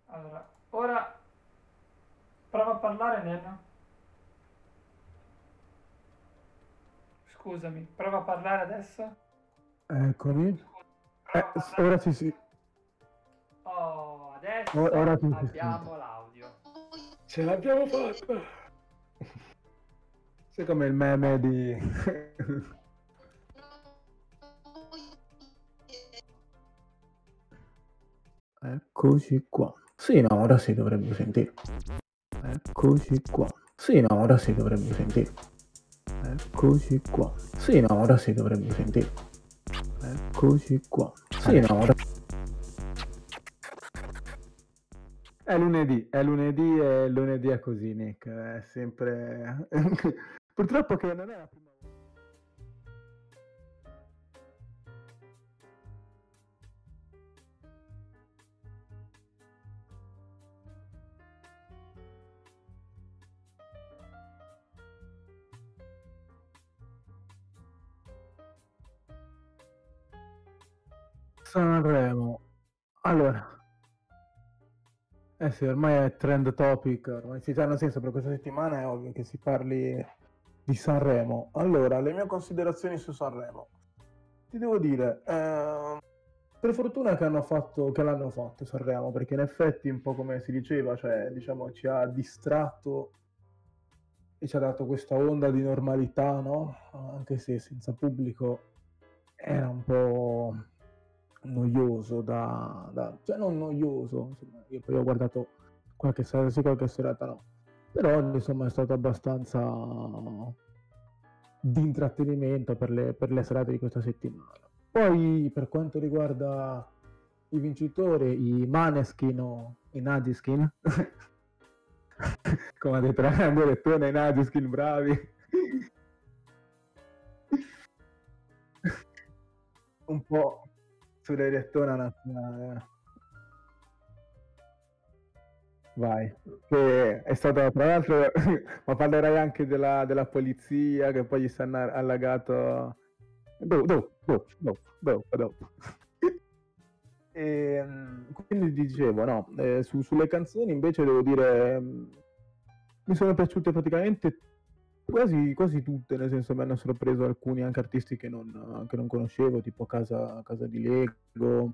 Allora, ora prova a parlare, Nena. Scusami, prova a parlare adesso. Eccomi. Prova a Ora parlare. sì, sì. Oh, Ora adesso sì, si sente. abbiamo l'audio. Ce l'abbiamo fatta! Sai come il meme di... Eccoci qua. Sì, no, ora si dovrebbe sentire. Eccoci qua. Sì, no, ora si dovrebbe sentire. Eccoci qua. Sì, no, ora si dovrebbe sentire. Eccoci qua. Sì, no, ora... è lunedì è così, Nick. È sempre... Purtroppo che non è la prima volta. Sanremo. Allora, eh sì, ormai è trend topic, ormai si sa, nel senso per questa settimana è ovvio che si parli di Sanremo. Allora, le mie considerazioni su Sanremo. Ti devo dire, per fortuna che l'hanno fatto Sanremo, perché in effetti un po' come si diceva, cioè diciamo ci ha distratto e ci ha dato questa onda di normalità, no? Anche se senza pubblico era un po' noioso cioè non noioso, insomma, io poi ho guardato qualche sera sì, qualche serata no. Però insomma è stato abbastanza di intrattenimento per le serate di questa settimana. Poi per quanto riguarda i vincitori, i Maneskin o i Nagiskin, come ha detto la grande lettone, i Nagiskin bravi. Un po' sull'erettona nazionale. Vai, che è stata tra l'altro, ma parlerai anche della polizia che poi gli si è allagato. Dopo. Quindi dicevo, no, sulle canzoni invece devo dire, mi sono piaciute praticamente quasi tutte, nel senso mi hanno sorpreso alcuni anche artisti che non conoscevo, tipo Casa di Lego,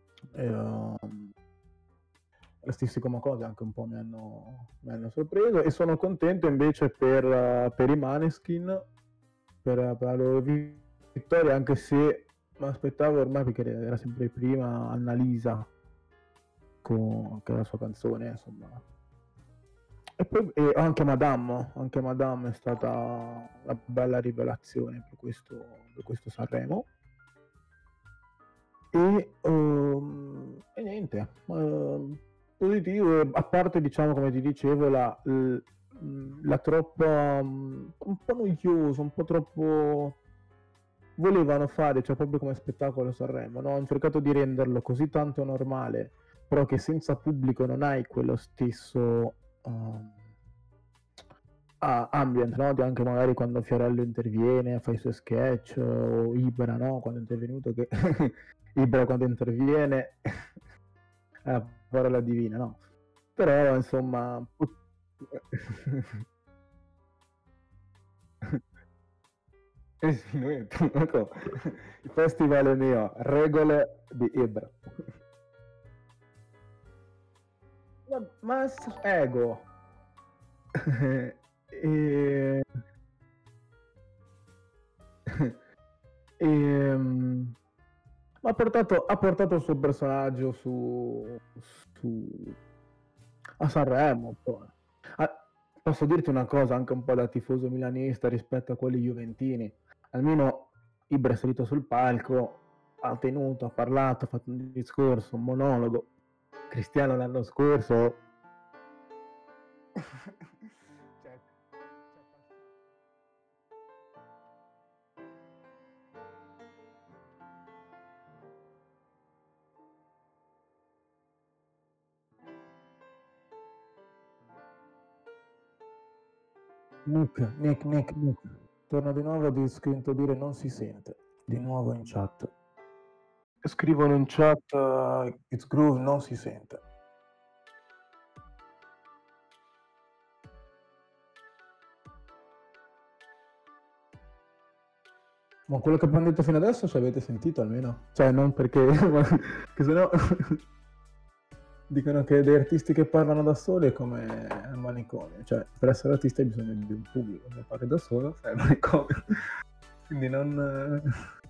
la stessi come cose anche un po' mi hanno sorpreso e sono contento invece per i Maneskin, per la loro vittoria, anche se mi aspettavo ormai perché era sempre prima Annalisa con la sua canzone, insomma. E poi anche Madame è stata una bella rivelazione per questo Sanremo. E niente, positivo, a parte diciamo come ti dicevo la troppa, un po' noioso, un po' troppo volevano fare, cioè proprio come spettacolo Sanremo, no? Hanno cercato di renderlo così tanto normale, però che senza pubblico non hai quello stesso ambient, no? Anche magari quando Fiorello interviene, fa i suoi sketch, o Ibra, no? Quando è intervenuto, che Ibra quando interviene è la parola divina, no? Però, insomma... Eh sì, ecco, il festival è mio, regole di Ibra. Ma ego. e, e, ha portato il suo personaggio su- a Sanremo. Poi. Ah, posso dirti una cosa, anche un po' da tifoso milanista rispetto a quelli juventini. Almeno Ibra è salito sul palco, ha tenuto, ha parlato, ha fatto un discorso, un monologo. Cristiano l'anno scorso... cioè, Nick. Torna di nuovo di scritto dire non si sente. Di nuovo in chat. Scrivono in chat It's Groove, non si sente. Ma quello che abbiamo detto fino adesso ci avete sentito almeno? Cioè, non perché... ma che sennò dicono che dei artisti che parlano da soli è come al manicomio. Cioè, per essere artista hai bisogno di un pubblico. Se parli da solo, sei al manicomio. Quindi non...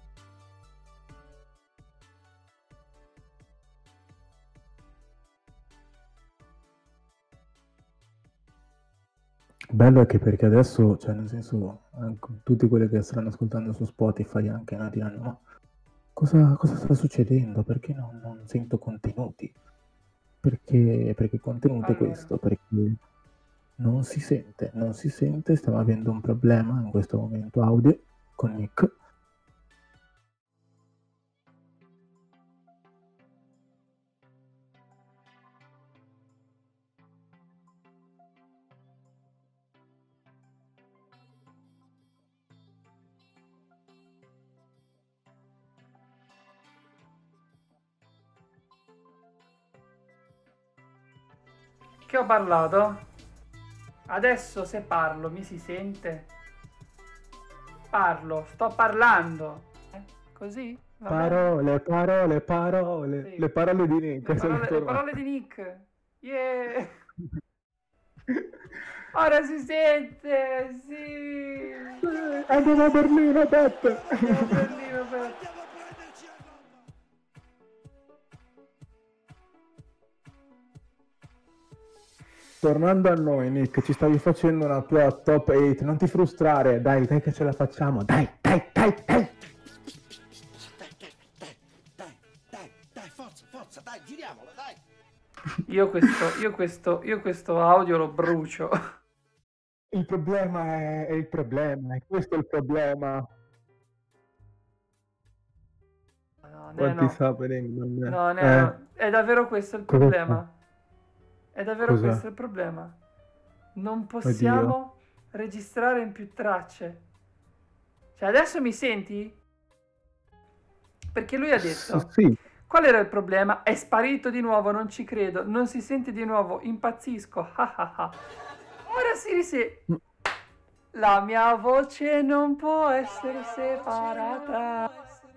Bello è che perché adesso, cioè nel senso, anche tutti quelli che stanno ascoltando su Spotify anche nati diranno, ma cosa sta succedendo? Perché non sento contenuti? Perché contenuto è Allora, questo? Perché non si sente, stiamo avendo un problema in questo momento audio con Nick. che ho parlato? Adesso se parlo mi si sente? Parlo, sto parlando. Così? Va bene? Parole, Sì. le parole di Nick sono Le tornate. parole di Nick. Yeah! Ora si sente, sì. Andiamo a Berlino, Beppe! Andiamo a Berlino per... Tornando a noi, Nick, ci stavi facendo una tua top 8, non ti frustrare, dai che ce la facciamo, dai! Dai, forza, dai, giriamola, dai. Io questo audio lo brucio. Il problema è il problema, è questo il problema. No, What is Neno. happening, man? No, Neno. È davvero questo il Cosa fa? problema. È davvero Cos'è? questo il problema. Non Oddio. possiamo registrare in più tracce. Cioè, adesso mi senti? Perché lui ha detto... Sì, Qual era il problema? È sparito di nuovo, non ci credo. Non si sente di nuovo, impazzisco. Ora si risente. La mia voce non può essere separata.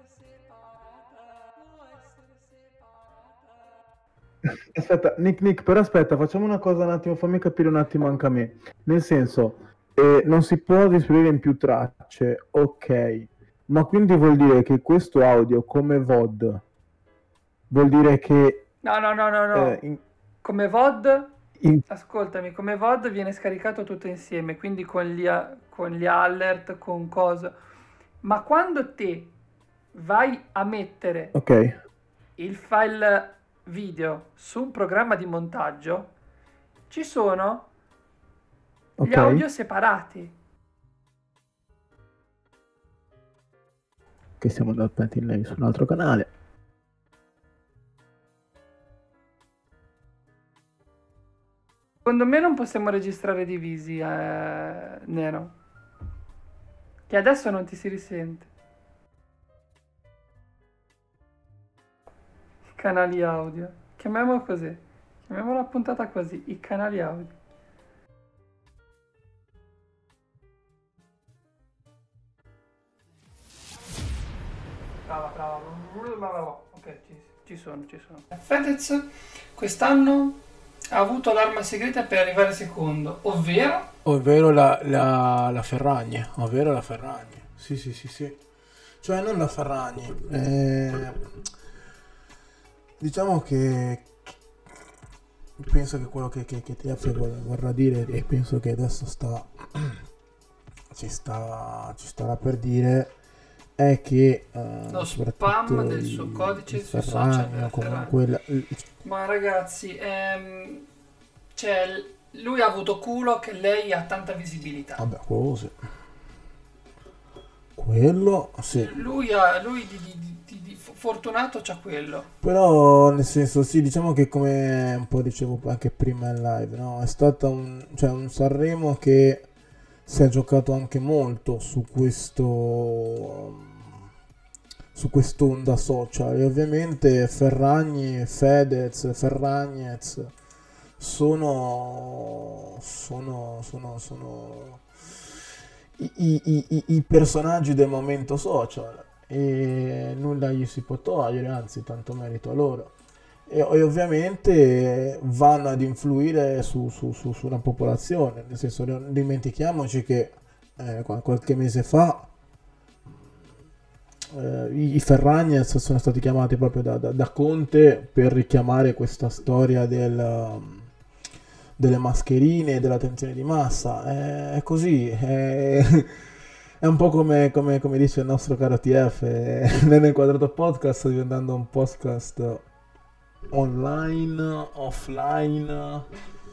aspetta, Nick, però aspetta, facciamo una cosa un attimo, fammi capire un attimo anche a me. Nel senso, non si può distribuire in più tracce, ok, ma quindi vuol dire che questo audio come VOD vuol dire che No. in, Come VOD, in- ascoltami, come VOD viene scaricato tutto insieme, quindi con gli alert, con cosa. Ma quando te vai a mettere ok, il file video su un programma di montaggio, ci sono gli ok, audio separati. che stiamo andando avanti in lei su un altro canale. Secondo me non possiamo registrare divisi, Nero. Che adesso non ti si risente. I canali audio. Chiamiamolo così. Chiamiamola la puntata così. I canali audio. Brava. Ok, ci sono. Fedez quest'anno ha avuto l'arma segreta per arrivare secondo, ovvero... Ovvero la Ferragni, Sì. Cioè non la Ferragni. Diciamo che penso che quello che TF vorrà dire, e penso che adesso ci starà per dire, è che Lo soprattutto spam del suo codice il sui social Ferragni della o Ferragni. comunque Ma ragazzi, cioè, lui ha avuto culo che lei ha tanta visibilità. vabbè, quello sì. Lui di fortunato c'ha quello. Però nel senso sì, diciamo che come un po' dicevo anche prima in live, no? È stato un Sanremo che si è giocato anche molto su quest'onda social, e ovviamente Ferragnez sono i personaggi del momento social e nulla gli si può togliere, anzi tanto merito a loro. E ovviamente vanno ad influire sulla popolazione, nel senso non dimentichiamoci che qualche mese fa i Ferragnez sono stati chiamati proprio da Conte per richiamare questa storia delle mascherine e dell'attenzione di massa. È così, è un po' come dice il nostro caro TF, nel quadrato podcast sta diventando un podcast online, offline,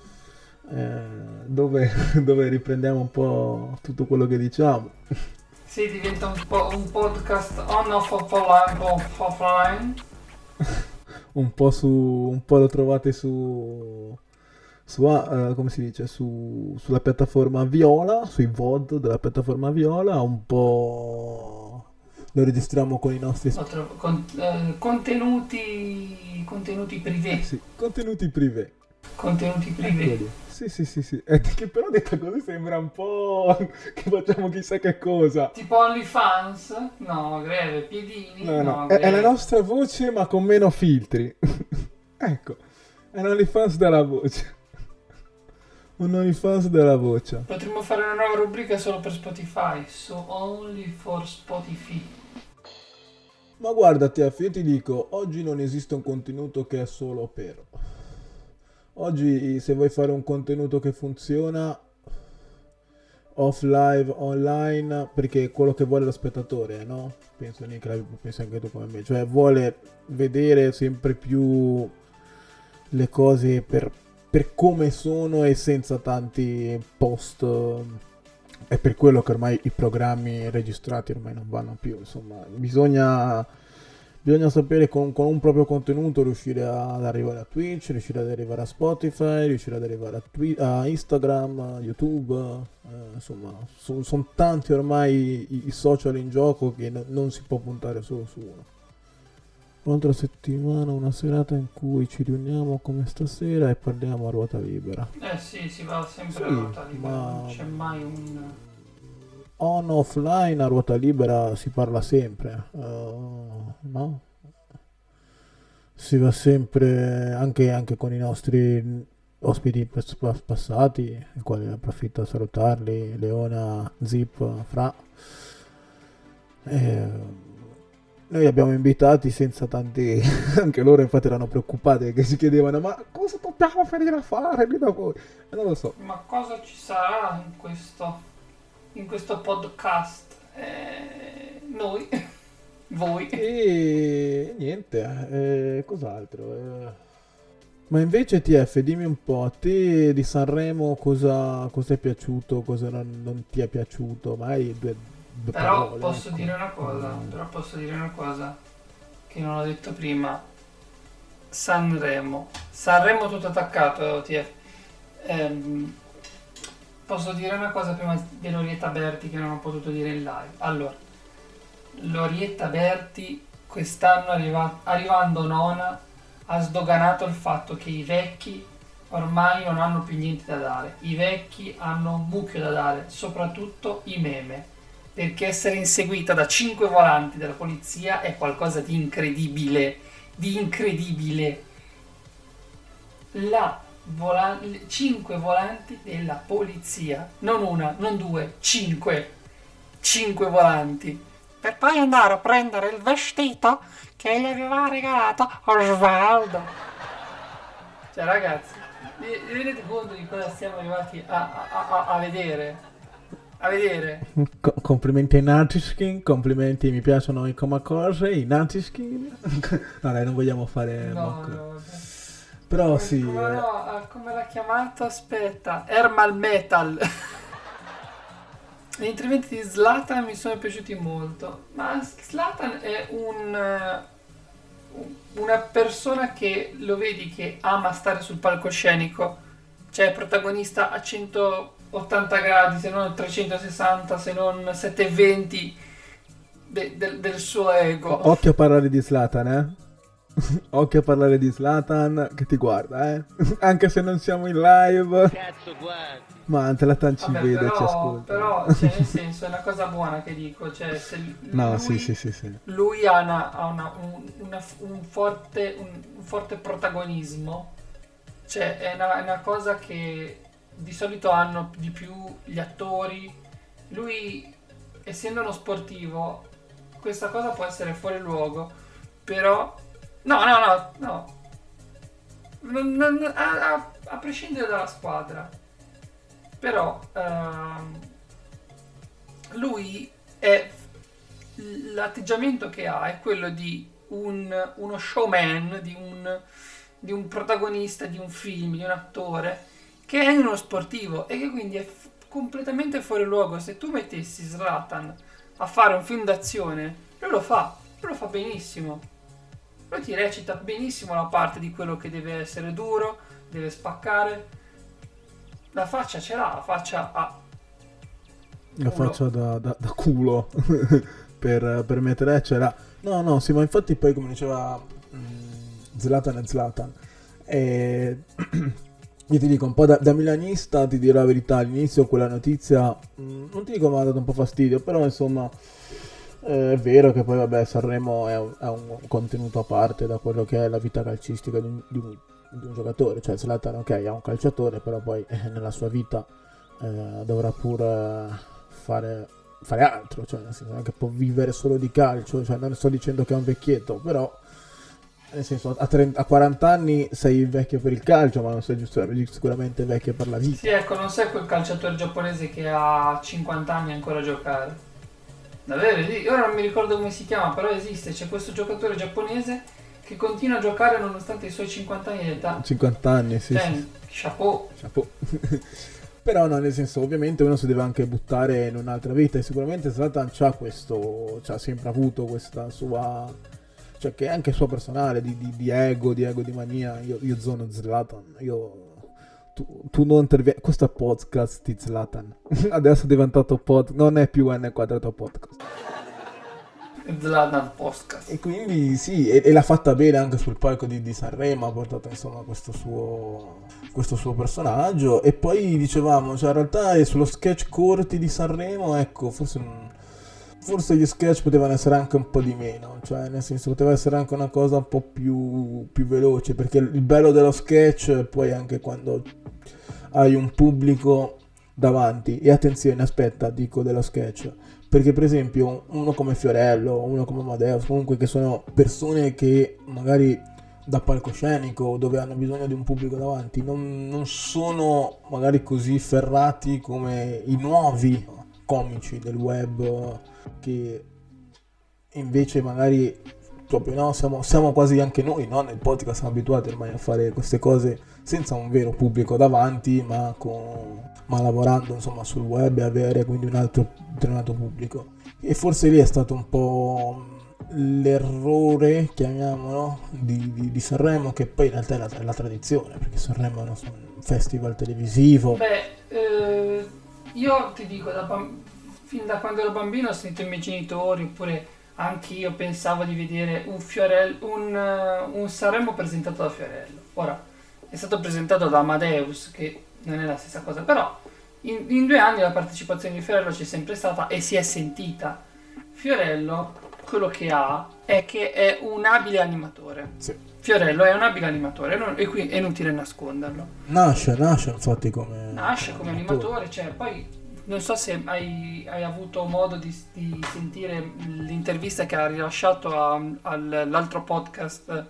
dove riprendiamo un po' tutto quello che diciamo. Sì, diventa un po' un podcast on off offline. Un po' lo trovate come si dice, sulla piattaforma Viola, sui VOD della piattaforma Viola, un po' lo registriamo con i nostri Contenuti privé. sì, contenuti privé. Contenuti privé. Eccoli. Sì. Che però detta così sembra un po' che facciamo chissà che cosa. Tipo OnlyFans? No, greve, piedini? No, greve. è la nostra voce ma con meno filtri. Ecco, è un OnlyFans della voce. Un OnlyFans della voce. Potremmo fare una nuova rubrica solo per Spotify, so only for Spotify. Ma guarda TF, io ti dico, oggi non esiste un contenuto che è solo per. Oggi se vuoi fare un contenuto che funziona, off live, online, perché è quello che vuole lo spettatore, no? Penso anche tu come me, cioè vuole vedere sempre più le cose per come sono e senza tanti post. È per quello che ormai i programmi registrati ormai non vanno più, insomma, bisogna sapere con un proprio contenuto riuscire ad arrivare a Twitch, riuscire ad arrivare a Spotify, riuscire ad arrivare a Instagram, a YouTube, insomma, sono tanti ormai i social in gioco che non si può puntare solo su uno. Un'altra settimana, una serata in cui ci riuniamo come stasera e parliamo a ruota libera. Sì, si va sempre Sì, a ruota libera, ma non c'è mai un... on offline a ruota libera si parla sempre, no? Si va sempre anche con i nostri ospiti passati, i quali approfitto a salutarli, Leona, Zip, Fra. Noi abbiamo invitati senza tanti, anche loro infatti erano preoccupati che si chiedevano ma cosa dobbiamo venire a fare lì da voi? E non lo so. Ma cosa ci sarà in questo podcast? Noi, voi. E niente, cos'altro? Ma invece TF, dimmi un po', a te di Sanremo cosa è piaciuto, cosa non ti è piaciuto? Mai due Però parole, posso ecco. dire una cosa che non ho detto prima. Sanremo tutto attaccato, TF. Posso dire una cosa prima di Lorietta Berti che non ho potuto dire in live. Allora, Lorietta Berti quest'anno arrivando nona ha sdoganato il fatto che i vecchi ormai non hanno più niente da dare. I vecchi hanno un mucchio da dare, soprattutto i meme. Perché essere inseguita da 5 volanti della polizia è qualcosa di incredibile. Di incredibile. 5 volanti della polizia. Non una, non due, 5. 5 volanti. Per poi andare a prendere il vestito che gli aveva regalato Osvaldo. Cioè ragazzi, vi rendete conto di cosa siamo arrivati a vedere? A vedere. Complimenti ai Natiskin, complimenti, mi piacciono i Comacose, i Natiskin. No dai, non vogliamo fare mock. No. Però sì. Come l'ha chiamato? Aspetta, Ermal Metal. Gli interventi di Zlatan mi sono piaciuti molto, ma Zlatan è una persona che lo vedi che ama stare sul palcoscenico, cioè protagonista a 180 gradi, se non 360, se non 720 del suo ego. Occhio a parlare di Zlatan, Occhio a parlare di Zlatan che ti guarda, Anche se non siamo in live. Cazzo, guarda. Ma Zlatan ci Vabbè, vede, ci ascolta. però, cioè, nel senso, è una cosa buona che dico, cioè, se No, lui, sì. lui un forte protagonismo, cioè, è una cosa che di solito hanno di più gli attori. Lui, essendo uno sportivo, questa cosa può essere fuori luogo, però... No. A prescindere dalla squadra. Però lui è l'atteggiamento che ha è quello di uno showman, di un protagonista di un film, di un attore che è uno sportivo e che quindi è completamente fuori luogo. Se tu mettessi Zlatan a fare un film d'azione, lui lo fa benissimo. Lui ti recita benissimo la parte di quello che deve essere duro, deve spaccare. La faccia ce l'ha, la faccia ha La culo. faccia da culo per mettere ce l'ha. No, sì, ma infatti poi come diceva Zlatan e Zlatan. E io ti dico, un po' da milanista, ti dirò la verità, all'inizio quella notizia, non ti dico mi ha dato un po' fastidio, però insomma è vero che poi vabbè Sanremo è un contenuto a parte da quello che è la vita calcistica di un giocatore, cioè Zlatan ok è un calciatore, però poi nella sua vita dovrà pure fare altro, cioè nel senso non è che può vivere solo di calcio, cioè non sto dicendo che è un vecchietto, però nel senso a 40 anni sei vecchio per il calcio, ma non sei sicuramente vecchio per la vita. Sì, ecco, non sei quel calciatore giapponese che ha 50 anni e ancora a giocare. Davvero? Ora non mi ricordo come si chiama, però esiste, c'è questo giocatore giapponese che continua a giocare nonostante i suoi 50 anni di età. 50 anni, sì. Cioè, Sì. chapeau. Però no, nel senso, ovviamente uno si deve anche buttare in un'altra vita e sicuramente Zlatan c'ha sempre avuto questa sua, cioè che è anche sua personale, di ego, di mania. Io zono Zlatan, tu non intervieni, questo è podcast di Zlatan. Adesso è diventato podcast, non è più N² podcast. Zlatan podcast. E quindi sì, e l'ha fatta bene anche sul palco di Sanremo, ha portato insomma questo suo personaggio. E poi dicevamo, cioè in realtà è sullo sketch corti di Sanremo, ecco, forse gli sketch potevano essere anche un po' di meno, cioè nel senso poteva essere anche una cosa un po' più veloce, perché il bello dello sketch è poi anche quando hai un pubblico davanti. E attenzione, aspetta, dico dello sketch, perché per esempio uno come Fiorello, uno come Amadeus, comunque che sono persone che magari da palcoscenico, dove hanno bisogno di un pubblico davanti, non sono magari così ferrati come i nuovi comici del web, che invece magari proprio no, siamo quasi anche noi, no? Nel podcast siamo abituati ormai a fare queste cose senza un vero pubblico davanti, ma lavorando insomma sul web e avere quindi un altro determinato pubblico. E forse lì è stato un po' l'errore, chiamiamolo, di Sanremo, che poi in realtà è la tradizione, perché Sanremo è un festival televisivo. Beh, io ti dico, fin da quando ero bambino ho sentito i miei genitori, oppure anche io pensavo di vedere un Sanremo presentato da Fiorello. Ora, è stato presentato da Amadeus, che non è la stessa cosa, però in 2 anni la partecipazione di Fiorello c'è sempre stata e si è sentita. Fiorello, quello che ha è che è un abile animatore. Sì. Fiorello è un abile animatore e qui è inutile nasconderlo. Nasce infatti come animatore, cioè poi non so se hai avuto modo di sentire l'intervista che ha rilasciato all'altro podcast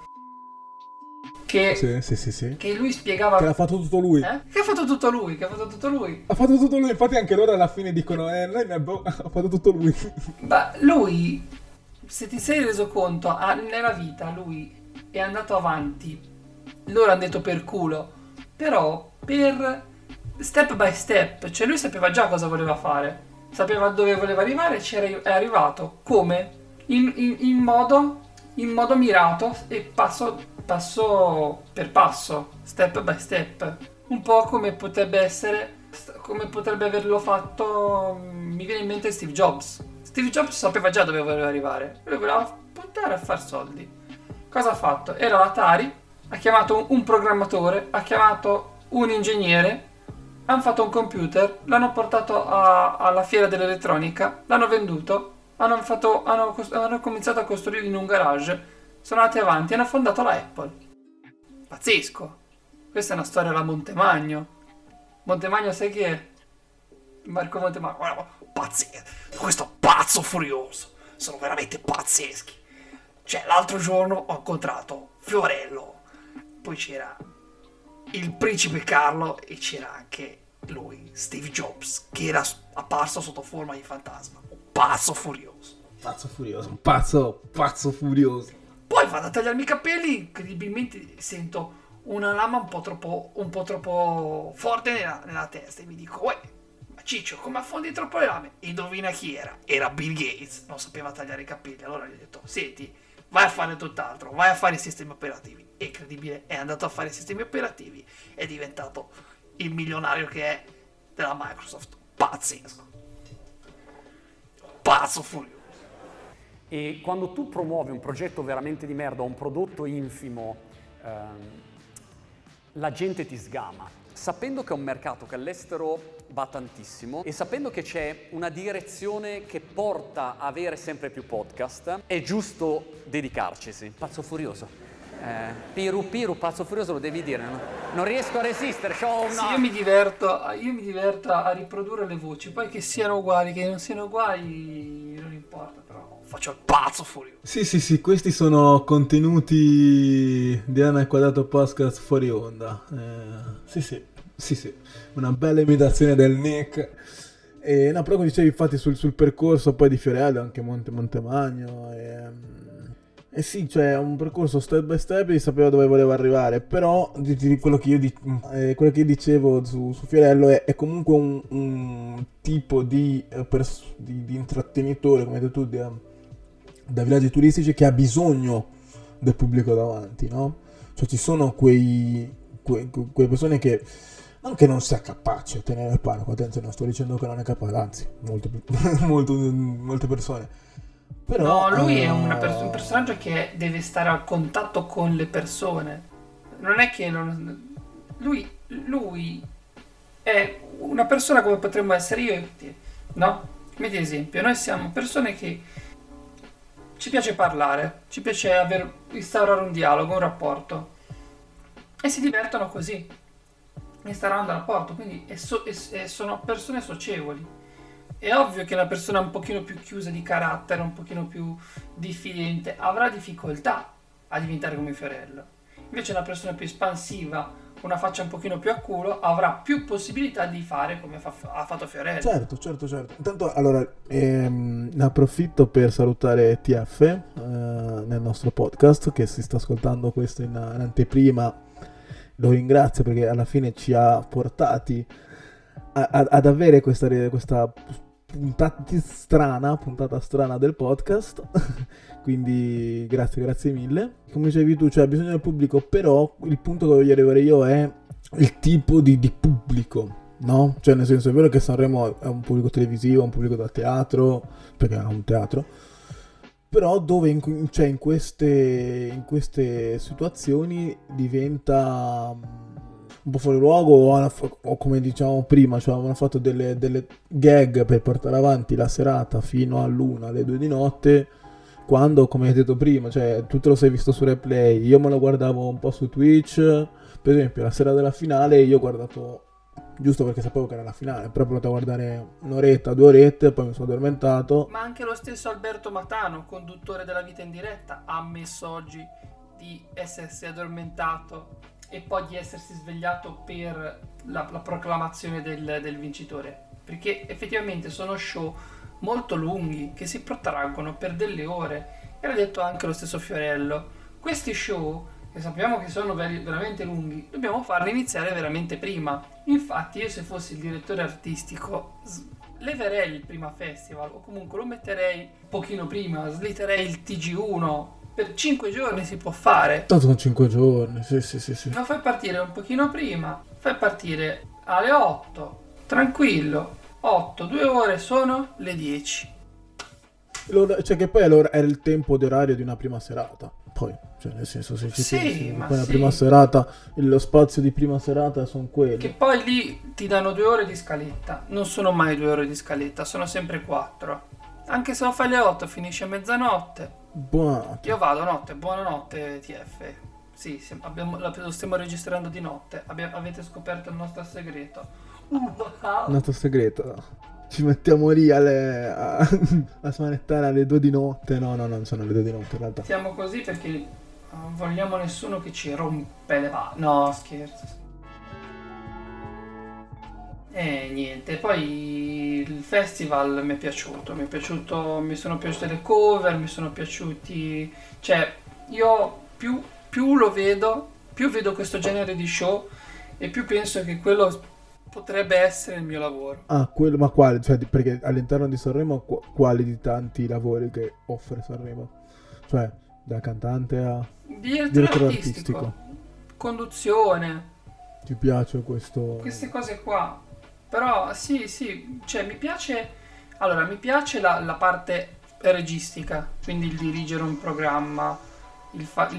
che, sì. che lui spiegava che l'ha fatto tutto lui. Che ha fatto tutto lui. Ha fatto tutto lui, infatti anche loro alla fine dicono ha fatto tutto lui. Ma lui, se ti sei reso conto, nella vita lui è andato avanti, loro hanno detto per culo, però per step by step, cioè lui sapeva già cosa voleva fare, sapeva dove voleva arrivare, è arrivato come? In modo mirato e passo per passo, step by step, un po' come potrebbe averlo fatto, mi viene in mente Steve Jobs. Steve Jobs sapeva già dove voleva arrivare, lui voleva puntare a far soldi. Cosa ha fatto? Era l'Atari, ha chiamato un programmatore, ha chiamato un ingegnere, hanno fatto un computer, l'hanno portato alla fiera dell'elettronica, l'hanno venduto, hanno cominciato a costruire in un garage, sono andati avanti e hanno fondato la Apple. Pazzesco. Questa è una storia alla Montemagno. Montemagno sai chi è? Marco Montemagno. Guarda, pazzesco. Questo pazzo furioso. Sono veramente pazzeschi. Cioè, l'altro giorno ho incontrato Fiorello, poi c'era il principe Carlo e c'era anche lui, Steve Jobs, che era apparso sotto forma di fantasma. Un pazzo furioso. Pazzo furioso, un pazzo furioso. Poi vado a tagliarmi i capelli, incredibilmente sento una lama un po' troppo forte nella testa e mi dico, uè, ma Ciccio, come affondi troppo le lame? E indovina chi era? Era Bill Gates, non sapeva tagliare i capelli. Allora gli ho detto, senti, vai a fare tutt'altro, vai a fare i sistemi operativi. È incredibile, è andato a fare i sistemi operativi, è diventato il milionario che è della Microsoft. Pazzesco. Pazzo furioso. E quando tu promuovi un progetto veramente di merda o un prodotto infimo, la gente ti sgama. Sapendo che è un mercato che all'estero va tantissimo e sapendo che c'è una direzione che porta a avere sempre più podcast, è giusto dedicarcisi. Pazzo furioso. Piru, pazzo furioso, lo devi dire. Non riesco a resistere. Sì, io mi diverto a riprodurre le voci, poi che siano uguali, che non siano uguali, non importa, però faccio il pazzo furioso. Sì, questi sono contenuti di Anna al Quadrato Podcast fuori onda. Sì, una bella imitazione del Nick. No, però come dicevi infatti sul percorso poi di Fiorello, anche Montemagno, sì, cioè un percorso step by step, sapeva dove voleva arrivare, però quello che io dicevo su Fiorello è comunque un tipo di intrattenitore, come hai detto tu, da villaggi turistici che ha bisogno del pubblico davanti, no? Cioè ci sono quelle persone che non che non sia capace a tenere il palco, attenzione, non sto dicendo che non è capace, anzi, molte persone. Però, no, lui è un personaggio che deve stare a contatto con le persone. Non è che lui è una persona come potremmo essere io e te, no? Metti esempio, noi siamo persone che ci piace parlare, ci piace instaurare un dialogo, un rapporto e si divertono così, instaurando un rapporto, quindi sono persone socievoli. È ovvio che una persona un pochino più chiusa di carattere, un pochino più diffidente, avrà difficoltà a diventare come Fiorello. Invece una persona più espansiva, una faccia un pochino più a culo, avrà più possibilità di fare come ha fatto Fiorello. Certo. Intanto, allora, ne approfitto per salutare TF nel nostro podcast, che si sta ascoltando questo in anteprima. Lo ringrazio perché alla fine ci ha portati ad avere questa puntata strana del podcast. Quindi grazie mille. Come dicevi tu, cioè bisogna del pubblico, però il punto che voglio arrivare io è il tipo di pubblico, no? Cioè nel senso, è vero che Sanremo è un pubblico televisivo, un pubblico da teatro, perché è un teatro, però dove in queste situazioni diventa un po' fuori luogo, o come diciamo prima, cioè avevano fatto delle gag per portare avanti la serata fino all'1, alle 2 di notte, quando, come hai detto prima, cioè tu te lo sei visto su Replay, io me lo guardavo un po' su Twitch, per esempio la sera della finale io ho guardato, giusto perché sapevo che era la finale, però ho provato a guardare un'oretta, 2 orette, poi mi sono addormentato. Ma anche lo stesso Alberto Matano, conduttore della Vita in Diretta, ha ammesso oggi di essersi addormentato e poi di essersi svegliato per la proclamazione del vincitore, perché effettivamente sono show molto lunghi che si protraggono per delle ore. E l'ha detto anche lo stesso Fiorello, questi show che sappiamo che sono veramente lunghi dobbiamo farli iniziare veramente prima. Infatti io, se fossi il direttore artistico, leverei il prima festival, o comunque lo metterei un pochino prima, slitterei il TG1. Per 5 giorni si può fare. Tanto sono 5 giorni, sì. Lo fai partire un pochino prima, fai partire alle 8, tranquillo, 8, 2 ore sono le 10. Cioè che poi allora era il tempo d'orario di una prima serata. poi, cioè nel senso, se ci Sì, pensi, ma poi la sì. prima serata, lo spazio di prima serata sono Che quelli. poi lì ti danno 2 ore di scaletta. Non sono mai 2 ore di scaletta, sono sempre 4. Anche se lo fai alle 8, finisce a mezzanotte. Buonanotte. Io vado notte, buonanotte TF. Sì, lo stiamo registrando di notte. Avete scoperto il nostro segreto. Wow. Nato segreto. Ci mettiamo lì a smanettare alle 2 di notte. No, non sono le 2 di notte in realtà. Siamo così perché non vogliamo nessuno che ci rompe le palle. No, scherzo. E niente, poi il festival mi è piaciuto, mi sono piaciute le cover, mi sono piaciuti, cioè io più lo vedo, più vedo questo genere di show e più penso che quello potrebbe essere il mio lavoro. Ah, quello, ma quale? Cioè, perché all'interno di Sanremo, quali di tanti lavori che offre Sanremo? Cioè, da cantante a direttore artistico. Conduzione, Ti piace questo? queste cose qua. Però sì, cioè mi piace, allora mi piace la parte registica, quindi il dirigere un programma, il fa-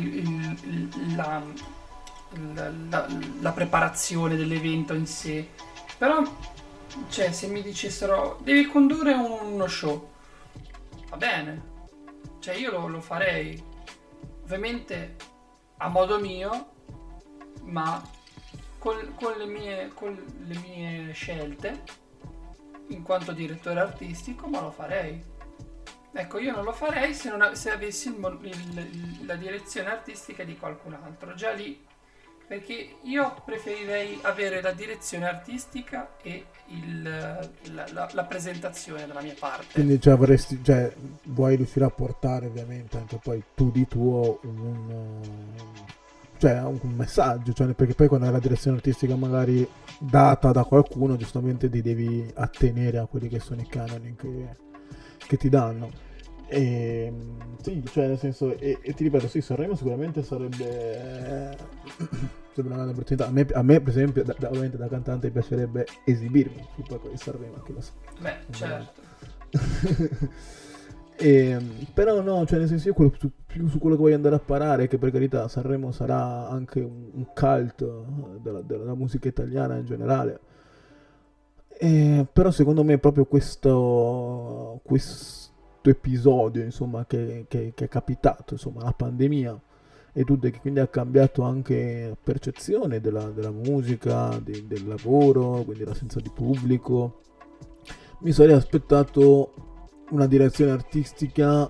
la preparazione dell'evento in sé. Però, cioè, se mi dicessero devi condurre uno show, va bene, cioè io lo farei, ovviamente a modo mio, ma con le mie scelte in quanto direttore artistico, ma lo farei. Ecco, io non lo farei se avessi la direzione artistica di qualcun altro. Già lì, perché io preferirei avere la direzione artistica e la presentazione dalla mia parte. Quindi, cioè, vuoi riuscire a portare ovviamente anche poi tu di tuo un messaggio, cioè, perché poi quando hai la direzione artistica magari data da qualcuno, giustamente ti devi attenere a quelli che sono i canoni che ti danno. E sì, cioè nel senso, e ti ripeto, sì, Sanremo sicuramente sarebbe una grande opportunità. A me, per esempio, ovviamente da cantante piacerebbe esibirmi sul palco di Sanremo, che lo so. Beh, certo. Però no, cioè nel senso, io più su quello che voglio andare a parare, che per carità Sanremo sarà anche un cult della musica italiana in generale. Però secondo me proprio questo episodio, insomma, che è capitato, insomma, la pandemia e tutto, e che quindi ha cambiato anche la percezione della musica, del lavoro, quindi l'assenza di pubblico. Mi sarei aspettato una direzione artistica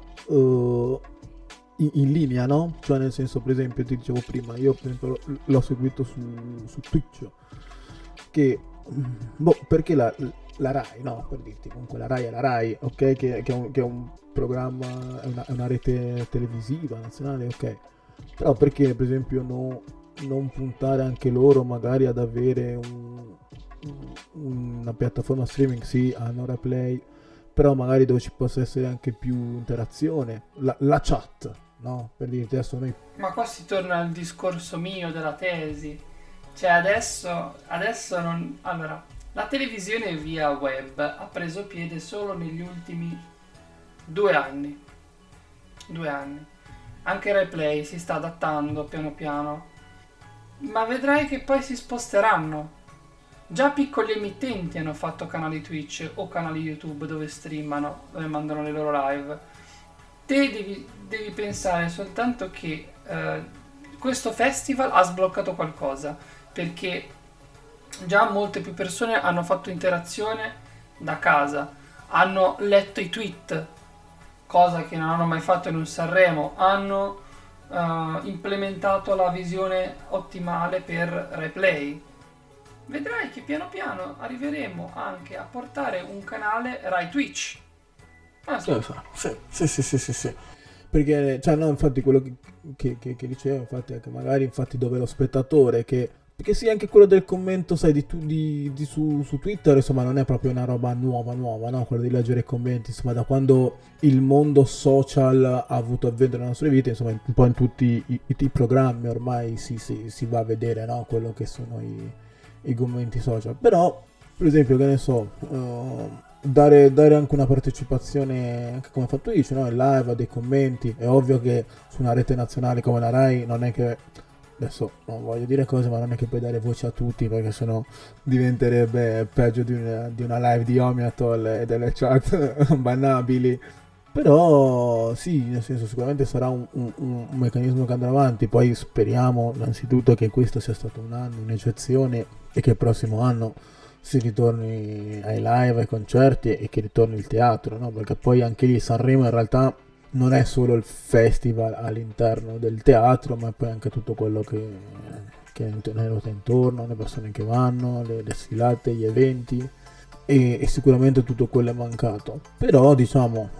in linea, no? Cioè nel senso, per esempio, ti dicevo prima, io per esempio l'ho seguito su Twitch, che perché la Rai, no, per dirti, comunque la Rai è la Rai, ok? Che è un programma, è una rete televisiva nazionale, ok? Però perché, per esempio, non puntare anche loro magari ad avere una piattaforma streaming, sì, hanno Replay, però magari dove ci possa essere anche più interazione, la chat, no? Per dirti, adesso noi... Ma qua si torna al discorso mio della tesi. Cioè adesso non... Allora, la televisione via web ha preso piede solo negli ultimi 2 anni. 2 anni. Anche Replay si sta adattando piano piano. Ma vedrai che poi si sposteranno. Già piccoli emittenti hanno fatto canali Twitch o canali YouTube dove streamano, dove mandano le loro live. Te devi pensare soltanto che questo festival ha sbloccato qualcosa, perché già molte più persone hanno fatto interazione da casa, hanno letto i tweet, cosa che non hanno mai fatto in un Sanremo, hanno implementato la visione ottimale per Replay. Vedrai che piano piano arriveremo anche a portare un canale Rai Twitch. Sì. Perché, cioè, no, infatti quello che dicevo, infatti, è che magari, infatti, dove lo spettatore perché sì, anche quello del commento, sai, su Twitter, insomma, non è proprio una roba nuova, no? Quello di leggere i commenti, insomma, da quando il mondo social ha avuto avvento nelle nostre vite, insomma, un po' in tutti i programmi ormai si va a vedere, no? Quello che sono i commenti social. Però, per esempio, che ne so, dare anche una partecipazione, anche come ha fatto Twitch, no? In live, a dei commenti. È ovvio che su una rete nazionale come la Rai non è che, adesso non voglio dire cose, ma non è che puoi dare voce a tutti, perché sennò diventerebbe peggio di una live di Omiatol e delle chat bannabili. Però sì, nel senso, sicuramente sarà un meccanismo che andrà avanti. Poi speriamo innanzitutto che questo sia stato un anno, un'eccezione, e che il prossimo anno si ritorni ai live, ai concerti, e che ritorni il teatro, no? Perché poi anche lì Sanremo in realtà non è solo il festival all'interno del teatro, ma poi anche tutto quello che ne ruota intorno, le persone che vanno, le sfilate, gli eventi, e sicuramente tutto quello è mancato. Però diciamo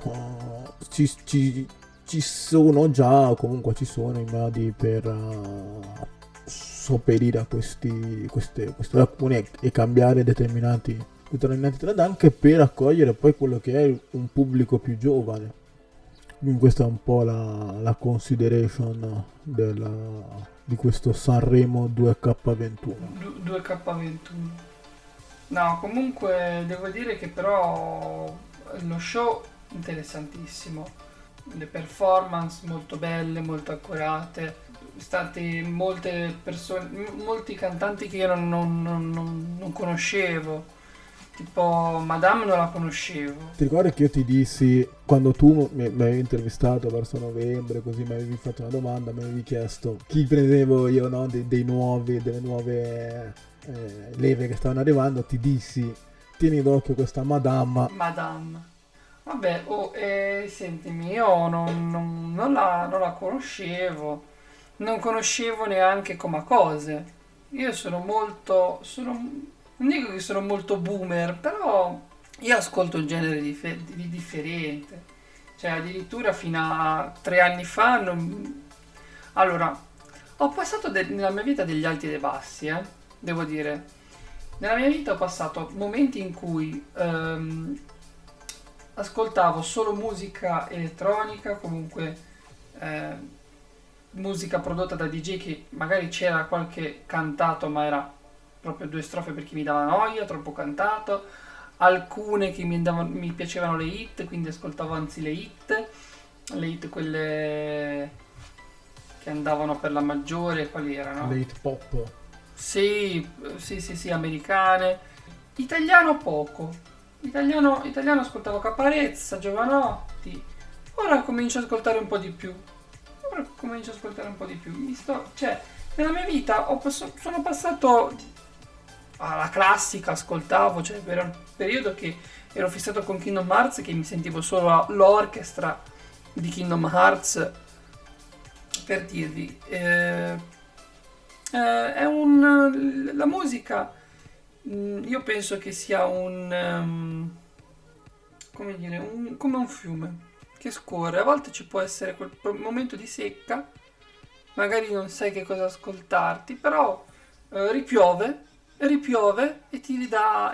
ci sono già, o comunque ci sono i modi per sopperire a queste lacune e cambiare determinati trend, anche per accogliere poi quello che è un pubblico più giovane. Quindi questa è un po' la consideration di questo Sanremo 2K21. 2K21. No, comunque devo dire che però lo show interessantissimo, le performance molto belle, molto accurate, state molte persone, molti cantanti che io non conoscevo, tipo Madame non la conoscevo. Ti ricordi che io ti dissi, quando tu mi avevi intervistato verso novembre, così mi avevi fatto una domanda, mi avevi chiesto chi prendevo io, no? Delle nuove leve che stavano arrivando, ti dissi tieni d'occhio questa Madame. Vabbè, sentimi, io non la conoscevo, non conoscevo neanche come cose. Io non dico che sono molto boomer, però io ascolto un genere di differente. Cioè, addirittura fino a 3 anni fa allora, ho passato nella mia vita degli alti e dei bassi, devo dire. Nella mia vita ho passato momenti in cui ascoltavo solo musica elettronica, comunque musica prodotta da DJ, che magari c'era qualche cantato, ma era proprio 2 strofe perché mi dava noia, troppo cantato. Alcune che mi piacevano le hit, quindi ascoltavo anzi le hit quelle che andavano per la maggiore, quali erano? Le hit pop. Sì, americane. Italiano poco. Italiano ascoltavo Caparezza, Giovanotti. Ora comincio ad ascoltare un po' di più. Cioè, nella mia vita sono passato alla classica, ascoltavo, cioè per un periodo che ero fissato con Kingdom Hearts, che mi sentivo solo l'orchestra di Kingdom Hearts, per dirvi. La musica, io penso che sia come un fiume che scorre. A volte ci può essere quel momento di secca, magari non sai che cosa ascoltarti, però ripiove e ti ridà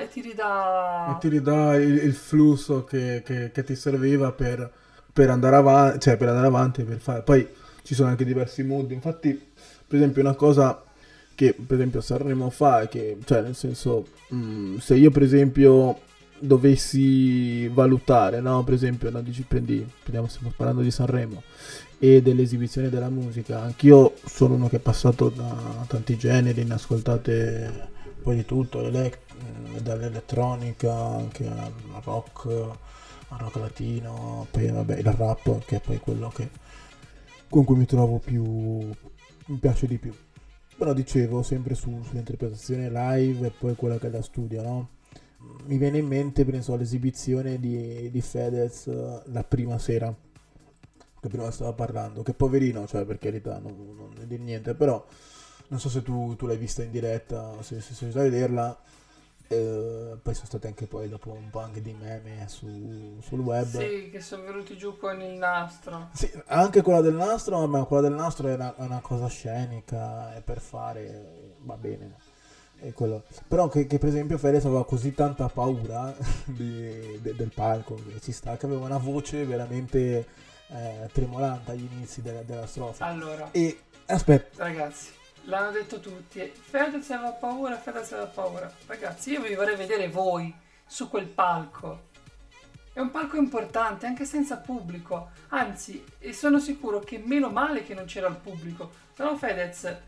il flusso che ti serviva per andare avanti, cioè per andare avanti, per fare. Poi ci sono anche diversi mood. Infatti, per esempio, una cosa che per esempio Sanremo fa è che, cioè nel senso, se io per esempio dovessi valutare, no, per esempio, no, stiamo parlando di Sanremo e dell'esibizione della musica, anch'io sono uno che è passato da tanti generi, ne ascoltate poi di tutto, dall'elettronica anche al rock latino, poi vabbè il rap, che è poi quello con cui mi piace di più. Però dicevo sempre sull'interpretazione live e poi quella che è da studio, no? Mi viene in mente, penso, all'esibizione di Fedez la prima sera, che prima stava parlando, che poverino, cioè per carità, non ne dir niente, però non so se tu l'hai vista in diretta, se sei a vederla. Poi sono state anche poi dopo un po' anche di meme sul web. Sì, che sono venuti giù con il nastro. Sì, anche quella del nastro, ma quella del nastro è una cosa scenica, è per fare, va bene. È quello. Però che per esempio Fedez aveva così tanta paura del palco, che ci sta, che aveva una voce veramente tremolante agli inizi della strofa. Allora, e aspetta, ragazzi, l'hanno detto tutti, Fedez aveva paura. Ragazzi, io vi vorrei vedere voi su quel palco. È un palco importante anche senza pubblico, anzi, e sono sicuro che meno male che non c'era il pubblico. Se no, Fedez,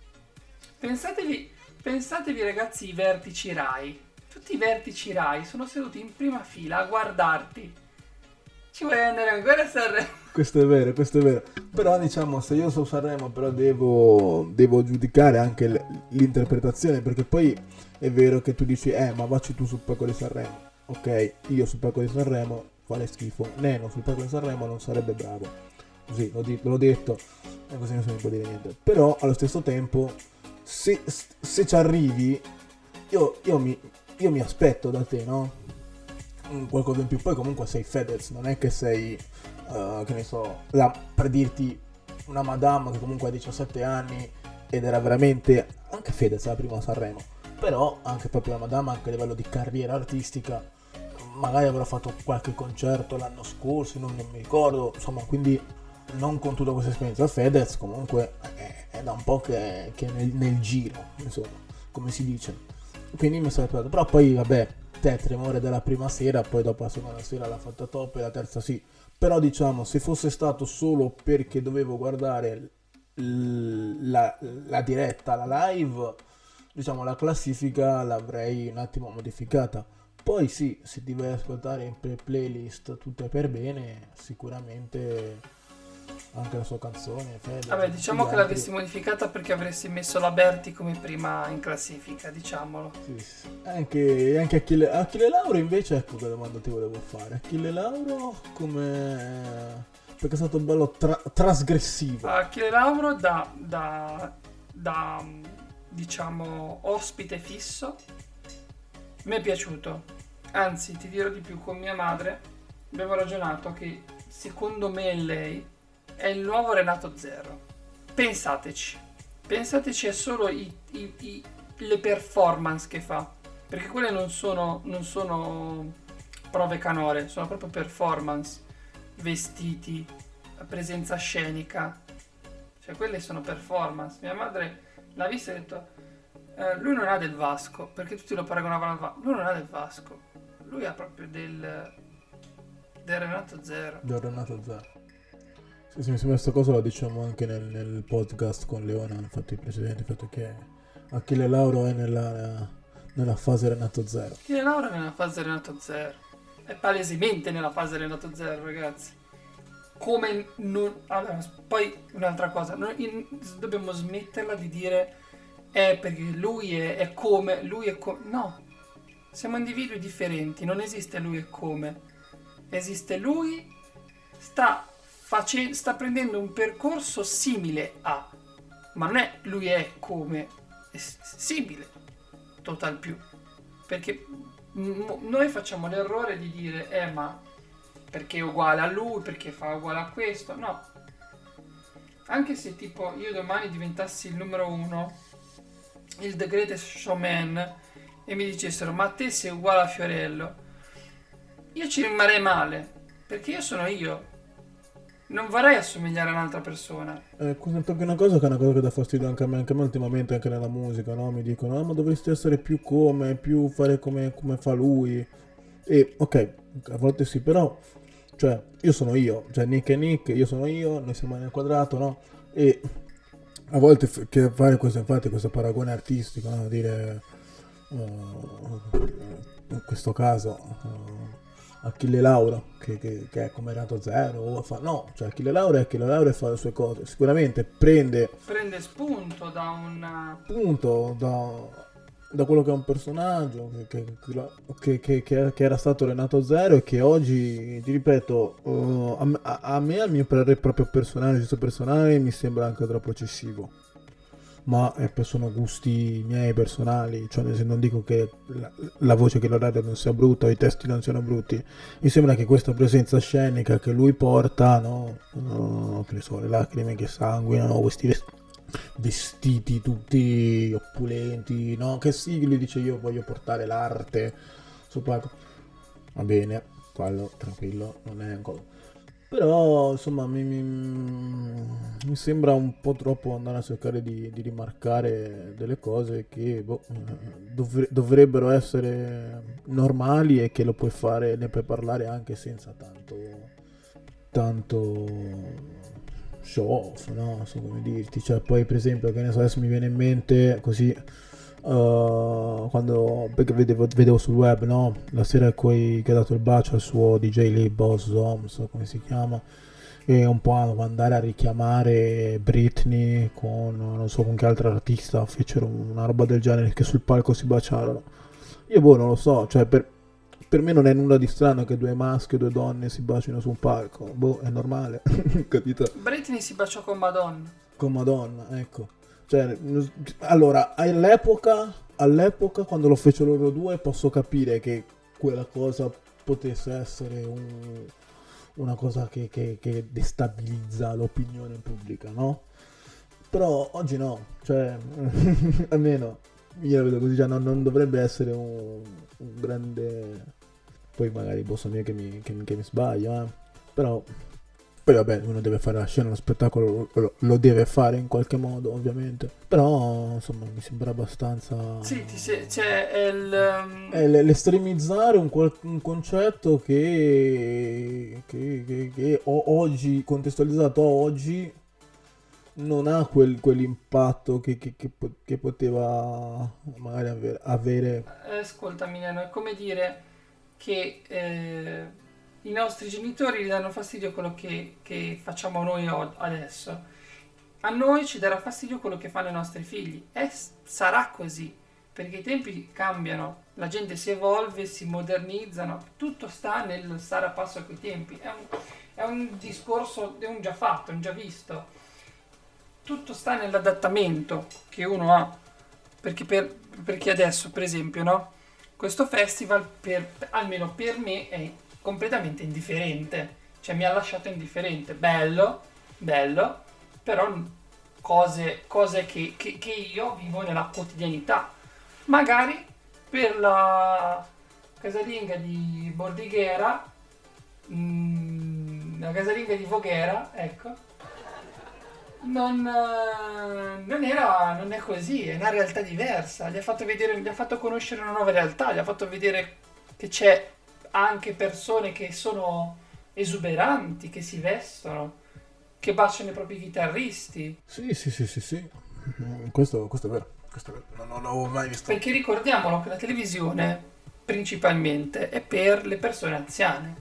pensatevi ragazzi i vertici Rai. Tutti i vertici Rai sono seduti in prima fila a guardarti. Ci vuoi andare ancora a Sanremo? Questo è vero, questo è vero. Però diciamo, se io so Sanremo, però devo giudicare anche l'interpretazione, perché poi è vero che tu dici, ma vacci tu sul palco di Sanremo. Ok, io sul palco di Sanremo fare schifo. Neno sul palco di Sanremo non sarebbe bravo. Così, l'ho detto, e così non si può dire niente. Però allo stesso tempo, se ci arrivi, io mi aspetto da te, no? Qualcosa in più. Poi comunque sei Fedez, non è che sei, che ne so, per dirti una madame che comunque ha 17 anni ed era veramente, anche Fedez la prima a Sanremo, però anche proprio la madame anche a livello di carriera artistica, magari avrà fatto qualche concerto l'anno scorso, non mi ricordo, insomma, quindi non con tutta questa esperienza. Fedez comunque è da un po' che è nel giro, insomma, come si dice, quindi mi sarebbe però poi vabbè, te tremore della prima sera, poi dopo la seconda sera l'ha fatta top e la terza sì, però diciamo, se fosse stato solo perché dovevo guardare la diretta, la live, diciamo la classifica l'avrei un attimo modificata. Poi sì, se ti vai ad ascoltare in playlist tutte per bene, sicuramente anche la sua canzone, Fede. Vabbè, diciamo che l'avessi modificata perché avresti messo la Berti come prima in classifica, diciamolo. Sì. Anche Achille Lauro invece, ecco che domanda ti volevo fare. Achille Lauro come... perché è stato bello trasgressivo. Achille Lauro da diciamo ospite fisso mi è piaciuto, anzi ti dirò di più, con mia madre abbiamo ragionato che secondo me lei è il nuovo Renato Zero. Pensateci, è solo le performance che fa, perché quelle non sono prove canore, sono proprio performance, vestiti, presenza scenica, cioè quelle sono performance. Mia madre l'ha vista e ha detto lui non ha del Vasco, perché tutti lo paragonavano al Vasco. Lui non ha del Vasco, lui ha proprio del Renato Zero. Del Renato Zero. Sì, mi sembra questa cosa la diciamo anche nel podcast con Leona, hanno fatto i precedenti, il fatto che Achille Lauro è nella fase Renato Zero. Achille Lauro è nella fase Renato Zero, è palesemente nella fase Renato Zero, ragazzi. Come non... Allora, poi un'altra cosa, dobbiamo smetterla di dire perché lui è come, no, siamo individui differenti, non esiste lui e come, esiste lui, sta prendendo un percorso simile a, ma non è lui è come, è simile, total più, perché noi facciamo l'errore di dire ma perché è uguale a lui, perché fa uguale a questo, no, anche se tipo io domani diventassi il numero 1, il The Greatest Showman, e mi dicessero ma te sei uguale a Fiorello, io ci rimarrei male, perché io sono io, non vorrei assomigliare a un'altra persona. Questa è una cosa che dà fastidio anche a me ultimamente, anche nella musica, no? Mi dicono ma dovresti essere più più fare come fa lui, e ok, a volte sì, però cioè io sono io, cioè Nick è Nick, io sono io, noi siamo nel quadrato, no? E a volte che fare questo paragone artistico, no? Dire in questo caso Achille Lauro che è come Renato Zero o fa, no, cioè Achille Lauro e fa le sue cose, sicuramente prende spunto da quello che è un personaggio che era stato Renato Zero e che oggi, ti ripeto, a me, al mio parere proprio personale, giusto personale, mi sembra anche troppo eccessivo, ma sono gusti miei personali, cioè non dico che la voce che lo dà non sia brutta o i testi non siano brutti, mi sembra che questa presenza scenica che lui porta, no, che ne so, le lacrime che sanguinano, questi vestiti tutti opulenti, no? Che sì, lui dice io voglio portare l'arte sul palco, va bene, quello tranquillo, non è un cosa. Però insomma mi sembra un po' troppo andare a cercare di rimarcare delle cose che boh, dovrebbero essere normali e che lo puoi fare, ne puoi parlare anche senza tanto show off, no? Non so come dirti. Cioè, poi per esempio, che ne so, adesso mi viene in mente così quando perché vedevo sul web, no? La sera che ha dato il bacio al suo DJ lì, Boss Zom, so come si chiama, e un po' a andare a richiamare Britney con non so con che altra artista fecero una roba del genere, che sul palco si baciarono. Io boh, non lo so, cioè per me non è nulla di strano che due maschi o due donne si bacino su un palco, boh, è normale, capito? Britney si baciò con Madonna. Con Madonna, ecco. Cioè, allora, all'epoca quando lo fece loro due, posso capire che quella cosa potesse essere una cosa che destabilizza l'opinione pubblica, no? Però oggi no, cioè, almeno io la vedo così, cioè, non dovrebbe essere un grande... Poi magari posso dire che mi sbaglio, però... Poi vabbè, uno deve fare la scena, lo spettacolo lo deve fare in qualche modo, ovviamente. Però, insomma, mi sembra abbastanza... Sì, c'è l'estremizzare un concetto che oggi, contestualizzato a oggi, non ha quell'impatto che poteva magari avere. Ascolta Milano, è come dire che i nostri genitori gli danno fastidio quello che facciamo noi adesso. A noi ci darà fastidio quello che fanno i nostri figli. Sarà così, perché i tempi cambiano, la gente si evolve, si modernizzano, tutto sta nel stare a passo coi tempi. È un discorso, è un già fatto, un già visto. Tutto sta nell'adattamento che uno ha. Perché adesso, per esempio, no? Questo festival, almeno per me, è completamente indifferente, cioè mi ha lasciato indifferente. Bello, però cose che io vivo nella quotidianità. Magari per la casalinga di Bordighera, la casalinga di Voghera, ecco, non è così, è una realtà diversa. Gli ha fatto conoscere una nuova realtà, gli ha fatto vedere che c'è anche persone che sono esuberanti, che si vestono, che baciano i propri chitarristi. Sì. Questo è vero. Non l'avevo mai visto. Perché ricordiamolo che la televisione principalmente è per le persone anziane.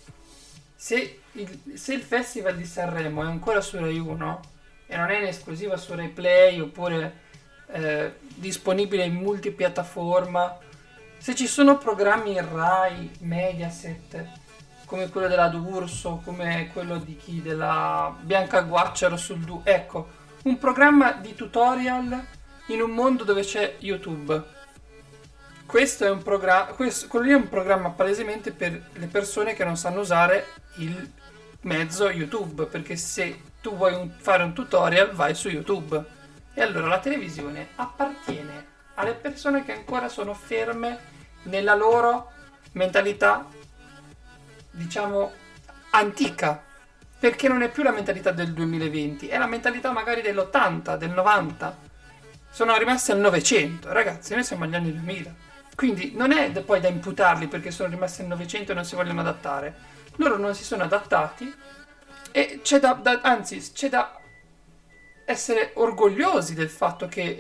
Se il Festival di Sanremo è ancora su Rai 1 e non è in esclusiva su Rai Play oppure disponibile in multipiattaforma, se ci sono programmi in Rai, Mediaset, come quello della D'Urso, come quello della Bianca Guacciaro sul ecco, un programma di tutorial in un mondo dove c'è YouTube. Questo è un programma, quello lì è un programma palesemente per le persone che non sanno usare il mezzo YouTube, perché se tu vuoi fare un tutorial vai su YouTube. E allora la televisione appartiene alle persone che ancora sono ferme nella loro mentalità, diciamo, antica, perché non è più la mentalità del 2020, è la mentalità magari dell'80, del 90. Sono rimasti al 900, ragazzi, noi siamo agli anni 2000. Quindi non è poi da imputarli perché sono rimasti al 900 e non si vogliono adattare. Loro non si sono adattati e anzi c'è da essere orgogliosi del fatto che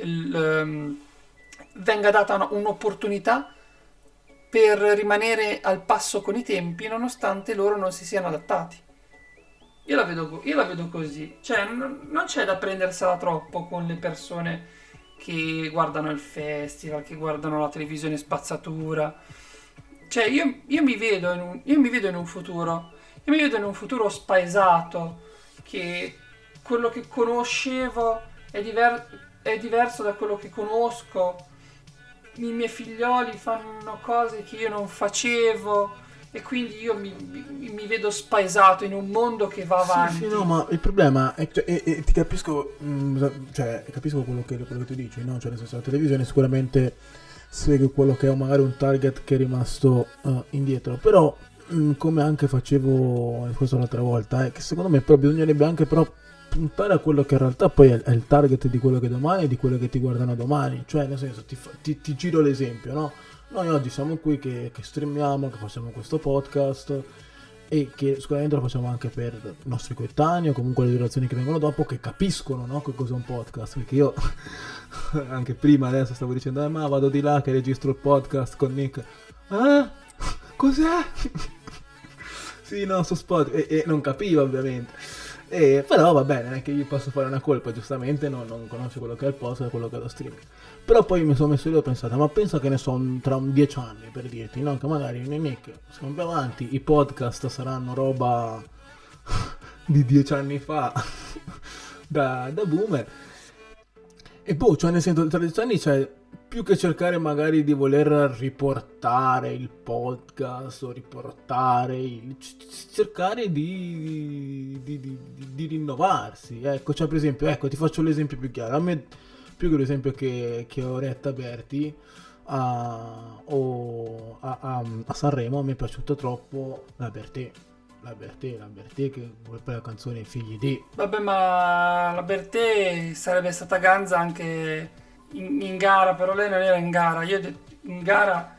venga data un'opportunità per rimanere al passo con i tempi nonostante loro non si siano adattati. Io la vedo così, cioè non c'è da prendersela troppo con le persone che guardano il festival, che guardano la televisione spazzatura. Cioè io mi vedo in un futuro spaesato, che quello che conoscevo è diverso da quello che conosco. I miei figlioli fanno cose che io non facevo e quindi io mi vedo spaesato in un mondo che va avanti. Sì, no, ma il problema è ti capisco, cioè capisco quello che tu dici, no? Cioè nel senso, la televisione sicuramente segue quello che è magari un target che è rimasto indietro, però come anche facevo questo l'altra volta, che secondo me però bisognerebbe anche però puntare a quello che in realtà poi è il target di quello che domani e di quello che ti guardano domani. Cioè, nel senso, ti giro l'esempio, no? Noi oggi siamo qui che streamiamo, che facciamo questo podcast, e che sicuramente lo facciamo anche per i nostri coetanei o comunque le generazioni che vengono dopo, che capiscono, no, che cos'è un podcast. Perché io anche prima adesso stavo dicendo ma vado di là che registro il podcast con Nick. Cos'è? Sì, no, su Spotify, e non capiva ovviamente. Però va bene, non è che gli posso fare una colpa, giustamente non conosce quello che è il podcast e quello che è lo streaming. Però poi mi sono messo lì e ho pensato, ma pensa che ne so, tra 10 anni, per dirti, no? Che magari Nick, siamo più avanti, i podcast saranno roba di 10 anni fa, da boomer. E boh, cioè nel senso, tra 10 anni c'è più che cercare magari di voler riportare il podcast o riportare cercare di rinnovarsi. Ecco, cioè per esempio, ecco, ti faccio l'esempio più chiaro. A me, più che l'esempio che Oretta Berti a Sanremo, a me è piaciuto troppo la Bertè, che poi la canzone Figli di. Vabbè, ma la Bertè sarebbe stata ganza anche in gara, però lei non era in gara. Io ho detto in gara,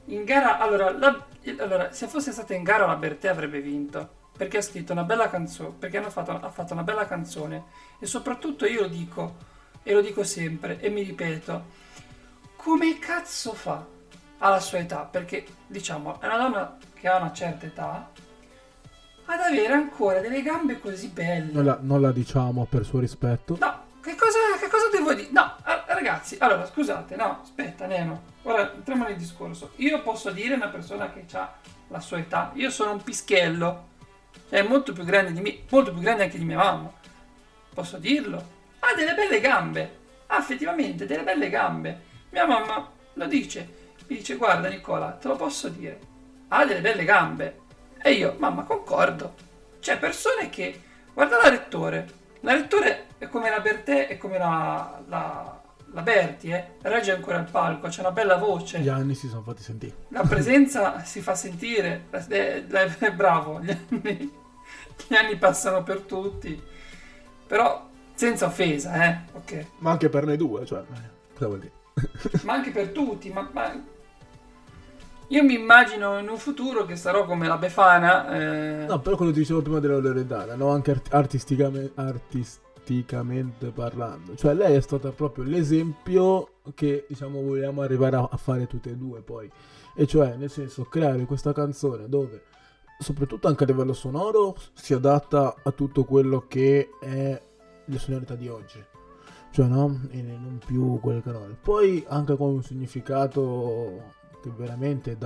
allora, se fosse stata in gara la Bertè avrebbe vinto, perché ha scritto una bella canzone, perché ha fatto una bella canzone, e soprattutto io lo dico, e lo dico sempre, e mi ripeto, come cazzo fa alla sua età, perché diciamo è una donna che ha una certa età, ad avere ancora delle gambe così belle. Non la diciamo per suo rispetto. No, che cosa devo dire? No, ragazzi, allora scusate, no, aspetta, Nemo. Ora entriamo nel discorso. Io posso dire una persona che ha la sua età, io sono un pischello, cioè molto più grande di me, molto più grande anche di mia mamma. Posso dirlo? Ha delle belle gambe. Ha effettivamente delle belle gambe. Mia mamma lo dice. Mi dice, guarda Nicola, te lo posso dire. Ha delle belle gambe. E io, mamma, concordo. C'è persone che... Guarda la Rettore. La Rettore è come la Bertè, è come la Berti, regge ancora il palco, c'è una bella voce. Gli anni si sono fatti sentire. La presenza si fa sentire. Bravo, gli anni passano per tutti. Però senza offesa, ok. Ma anche per noi due, cioè, cosa vuol dire? Ma anche per tutti, ma... Io mi immagino in un futuro che sarò come la Befana. No, però quello che dicevo prima della Loredana, no? Anche artisticamente parlando. Cioè lei è stata proprio l'esempio che, diciamo, vogliamo arrivare a fare tutte e due poi. E cioè, nel senso, creare questa canzone dove, soprattutto anche a livello sonoro, si adatta a tutto quello che è le sonorità di oggi. Cioè, no? E non più quelle canore. Poi anche con un significato... che veramente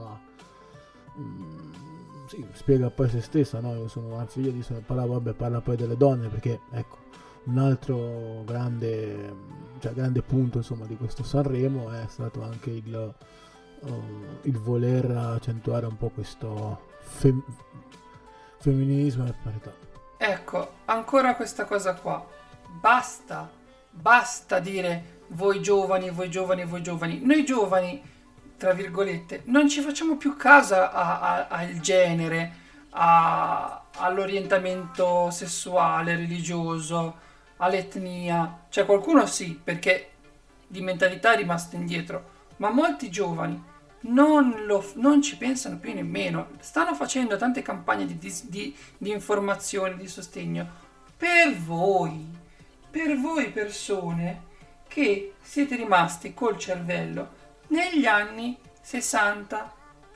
sì, spiega poi se stessa, no? Io sono una figlia di parla poi delle donne, perché ecco, un altro grande punto, insomma, di questo Sanremo è stato anche il voler accentuare un po' questo femminismo e parità. Ecco, ancora questa cosa qua. Basta dire voi giovani. Noi giovani, tra virgolette, non ci facciamo più caso al genere, all'orientamento sessuale, religioso, all'etnia. Cioè qualcuno sì, perché di mentalità è rimasto indietro, ma molti giovani non ci pensano più nemmeno. Stanno facendo tante campagne di informazione, di sostegno per voi persone che siete rimasti col cervello negli anni 60,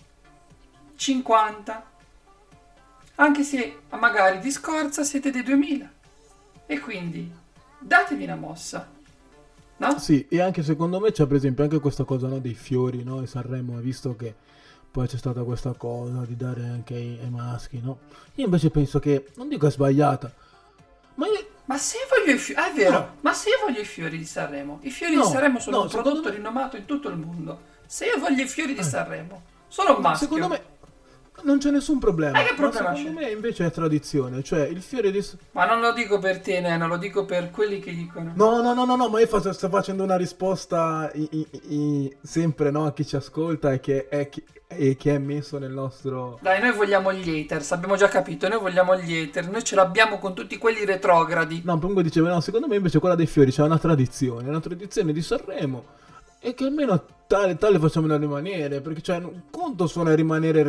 50, anche se magari di scorza siete dei 2000, e quindi datevi una mossa, no? Sì, e anche secondo me c'è per esempio anche questa cosa, no, dei fiori, no? E Sanremo, hai visto che poi c'è stata questa cosa di dare anche ai maschi, no? Io invece penso che, non dico è sbagliata, ma se io voglio i fiori, è vero, no. Ma se io voglio i fiori di Sanremo, i fiori No, di Sanremo sono no, un secondo prodotto me- rinomato in tutto il mondo. Se io voglio i fiori di Sanremo, sono un maschio. secondo me Non c'è nessun problema. Che problema Ma secondo me invece è tradizione. Cioè, il fiore di... Ma non lo dico per te, Neno, lo dico per quelli che dicono. No, ma io sto facendo una risposta sempre, no, a chi ci ascolta e che è messo nel nostro... Dai, noi vogliamo gli haters, abbiamo già capito, noi vogliamo gli haters, noi ce l'abbiamo con tutti quelli retrogradi. No, comunque diceva, no, secondo me invece quella dei fiori c'è una tradizione di Sanremo e che almeno tale facciamola rimanere, perché cioè un conto suona rimanere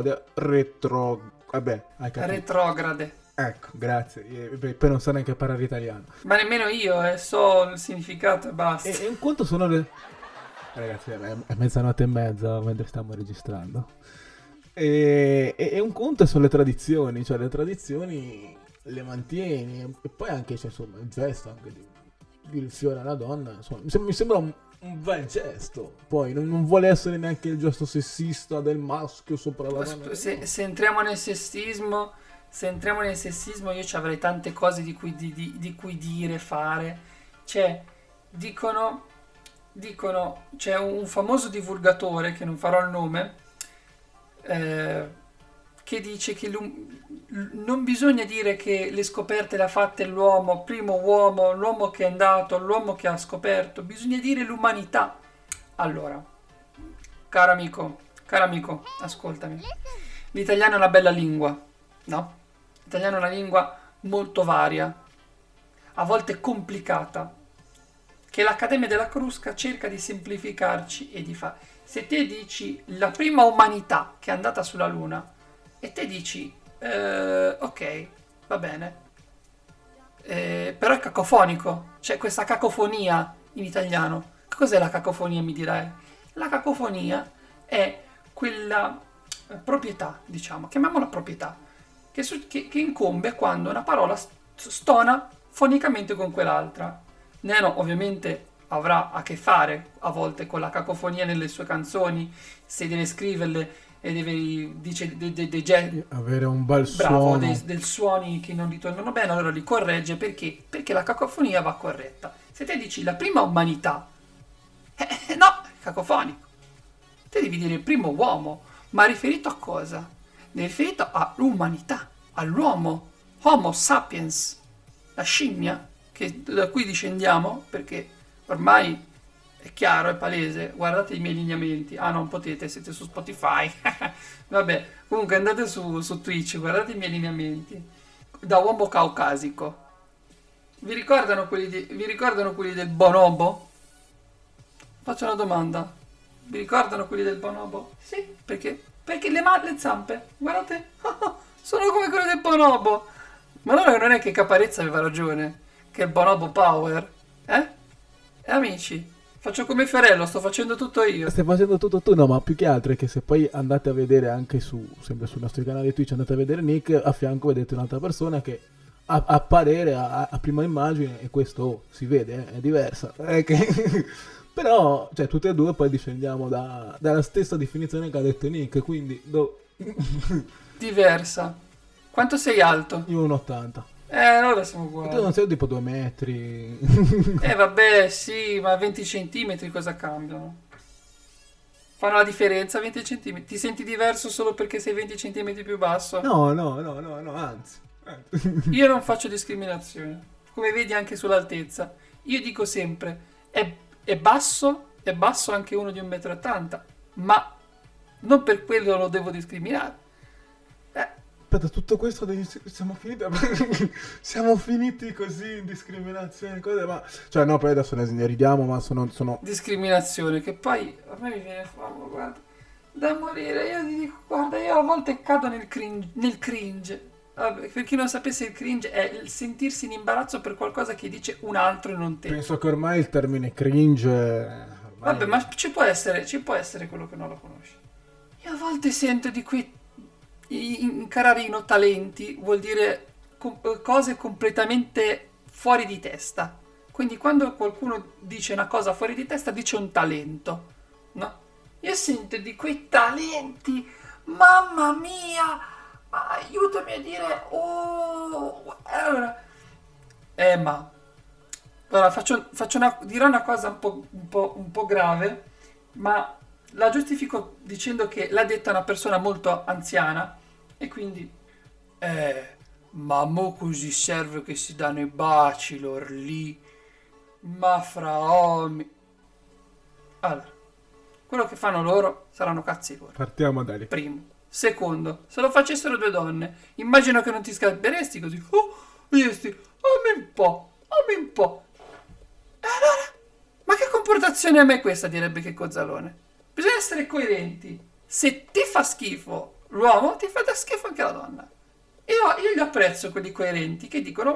vabbè, hai capito. Retrograde. Ecco, grazie. Poi non so neanche parlare italiano. Ma nemmeno io, so il significato e basta. E un conto sono Ragazzi, è mezzanotte e mezza mentre stiamo registrando. E un conto sono le tradizioni, cioè le tradizioni le mantieni. E poi anche, cioè, insomma, il gesto anche di il fiore alla donna, insomma, mi sembra un bel gesto. Poi non vuole essere neanche il gesto sessista del maschio sopra la donna. Se entriamo nel sessismo, io ci avrei tante cose di cui dire, fare. Cioè, dicono, c'è un famoso divulgatore, che non farò il nome, che dice che non bisogna dire che le scoperte le ha fatte l'uomo, l'uomo che è andato, l'uomo che ha scoperto, bisogna dire l'umanità. Allora, caro amico, ascoltami. L'italiano è una bella lingua, no? L'italiano è una lingua molto varia, a volte complicata, che l'Accademia della Crusca cerca di semplificarci e di fare. Se te dici la prima umanità che è andata sulla Luna e te dici ok, va bene, però è cacofonico, c'è questa cacofonia in italiano. Che cos'è la cacofonia, mi dirai? La cacofonia è quella proprietà, diciamo, chiamiamola proprietà, che incombe quando una parola stona fonicamente con quell'altra. Neno ovviamente avrà a che fare a volte con la cacofonia nelle sue canzoni, se deve scriverle e dice avere un bel bravo, suono. dei suoni che non ritornano bene, allora li corregge perché la cacofonia va corretta. Se te dici la prima umanità, no, è cacofonico. Te devi dire il primo uomo, ma riferito a cosa? Riferito all'umanità, all'uomo, Homo sapiens, la scimmia da cui discendiamo, perché ormai è chiaro, è palese, guardate i miei lineamenti. Ah, non potete, siete su Spotify. Vabbè, comunque andate su Twitch, guardate i miei lineamenti. Da uomo caucasico. Vi ricordano quelli del bonobo? Faccio una domanda. Vi ricordano quelli del bonobo? Sì, perché? Perché le zampe, guardate, sono come quelle del bonobo. Ma allora non è che Caparezza aveva ragione, che il bonobo power, amici, faccio come Ferello, sto facendo tutto io. Stai facendo tutto tu, no, ma più che altro è che se poi andate a vedere anche sempre sul nostro canale Twitch, andate a vedere Nick, a fianco vedete un'altra persona che a parere, a prima immagine, e questo si vede, è diversa. Però, cioè, tutte e due poi discendiamo dalla stessa definizione che ha detto Nick, quindi... Diversa. Quanto sei alto? Io 1,80. Allora siamo uguali. Tu non sei tipo 2 metri. Vabbè, sì, ma 20 centimetri cosa cambiano? Fanno la differenza 20 centimetri? Ti senti diverso solo perché sei 20 centimetri più basso? No, anzi. Io non faccio discriminazione, come vedi anche sull'altezza. Io dico sempre, è basso anche uno di 1,80 m, ma non per quello lo devo discriminare. Aspetta, tutto questo siamo finiti così in discriminazione, cose, ma... Cioè, no, poi adesso ne ridiamo, ma sono... Discriminazione, che poi a me mi viene fame, guarda, da morire. Io ti dico, guarda, io a volte cado nel cringe. Vabbè, per chi non sapesse, il cringe è il sentirsi in imbarazzo per qualcosa che dice un altro e non te. Penso che ormai il termine cringe... Vabbè, ma ci può essere quello che non lo conosce. Io a volte sento di quei incararino talenti, vuol dire cose completamente fuori di testa. Quindi quando qualcuno dice una cosa fuori di testa, dice un talento, no? Io sento di quei talenti, mamma mia, ma aiutami a dire, allora dirò una cosa un po' grave, ma la giustifico dicendo che l'ha detta una persona molto anziana e quindi ma mo così serve che si danno i baci lor lì, ma fra uomini. Allora, quello che fanno loro saranno cazzi loro. Partiamo da lì. Primo. Secondo, se lo facessero due donne, immagino che non ti scalberesti così. Oh, diresti, dammi un po', dammi un po'. E allora? Ma che comportazione a me questa, direbbe che Cozzalone. Bisogna essere coerenti. Se ti fa schifo l'uomo, ti fa da schifo anche la donna. Io li apprezzo quelli coerenti che dicono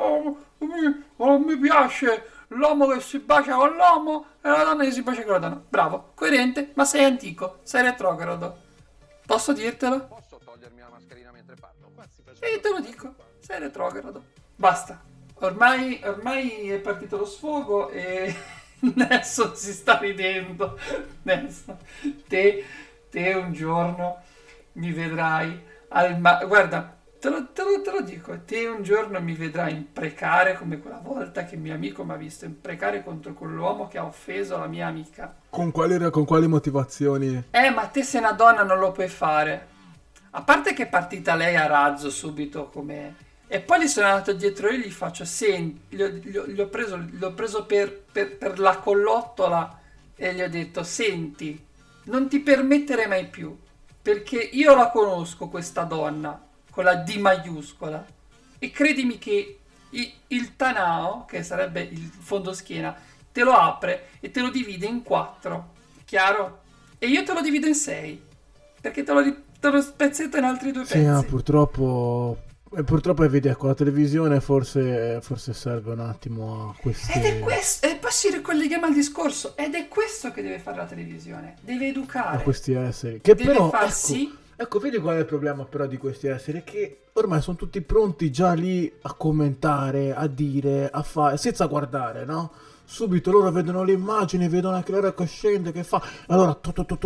oh, mi piace l'uomo che si bacia con l'uomo e la donna che si bacia con la donna. Bravo, coerente, ma sei antico, sei retrogrado. Posso dirtelo? Posso togliermi la mascherina mentre parlo? E te lo dico, sei retrogrado. Basta. Ormai è partito lo sfogo e Nelson si sta ridendo. Nelson, te un giorno mi vedrai guarda, te lo dico, te un giorno mi vedrai imprecare come quella volta che mio amico mi ha visto imprecare contro quell'uomo che ha offeso la mia amica. Con quali motivazioni? Ma te sei una donna non lo puoi fare. A parte che è partita lei a razzo subito come... E poi gli sono andato dietro e gli faccio, senti, gli ho preso per la collottola e gli ho detto, senti, non ti permettere mai più, perché io la conosco questa donna, con la D maiuscola, e credimi che il Tanao, che sarebbe il fondoschiena, te lo apre e te lo divide in 4, chiaro? E io te lo divido in 6, perché te lo spezzetto in altri 2 Sì, pezzi. ma purtroppo vedi, ecco, la televisione forse serve un attimo a queste... Ed è questo, e poi si ricolleghiamo al discorso, ed è questo che deve fare la televisione, deve a educare, questi esseri. Che deve però, far ecco, sì... ecco, vedi qual è il problema però di questi esseri? Che ormai sono tutti pronti già lì a commentare, a dire, a fare, senza guardare, no? Subito loro vedono le immagini, vedono anche loro che scende, che fa. Allora,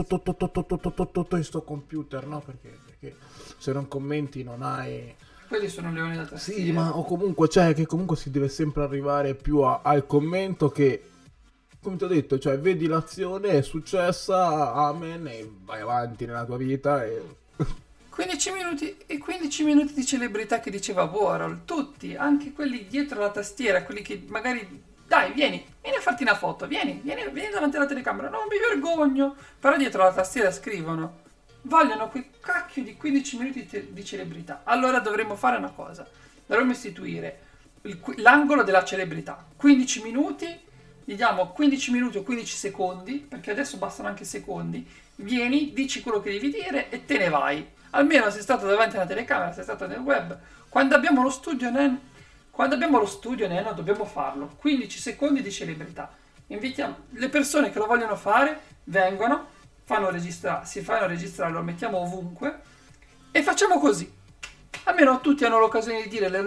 in sto computer, no? Perché se non commenti non hai... Quelli sono leoni da tastiera. Sì, ma o comunque, cioè, che comunque si deve sempre arrivare più al commento che, come ti ho detto, cioè, vedi l'azione, è successa, amen, e vai avanti nella tua vita e... 15 minuti e 15 minuti di celebrità che diceva Warhol, tutti, anche quelli dietro la tastiera, quelli che magari, dai, vieni a farti una foto, vieni davanti alla telecamera, non mi vergogno, però dietro la tastiera scrivono, vogliono quel cacchio di 15 minuti di celebrità. Allora dovremmo fare una cosa, dovremmo istituire l'angolo della celebrità, 15 minuti, gli diamo 15 minuti o 15 secondi, perché adesso bastano anche secondi, vieni, dici quello che devi dire e te ne vai. Almeno sei stato davanti alla telecamera, sei stato nel web. Quando abbiamo lo studio, Neno, dobbiamo farlo. 15 secondi di celebrità. Invitiamo le persone che lo vogliono fare, vengono, si fanno registrare, lo mettiamo ovunque e facciamo così. Almeno tutti hanno l'occasione di dire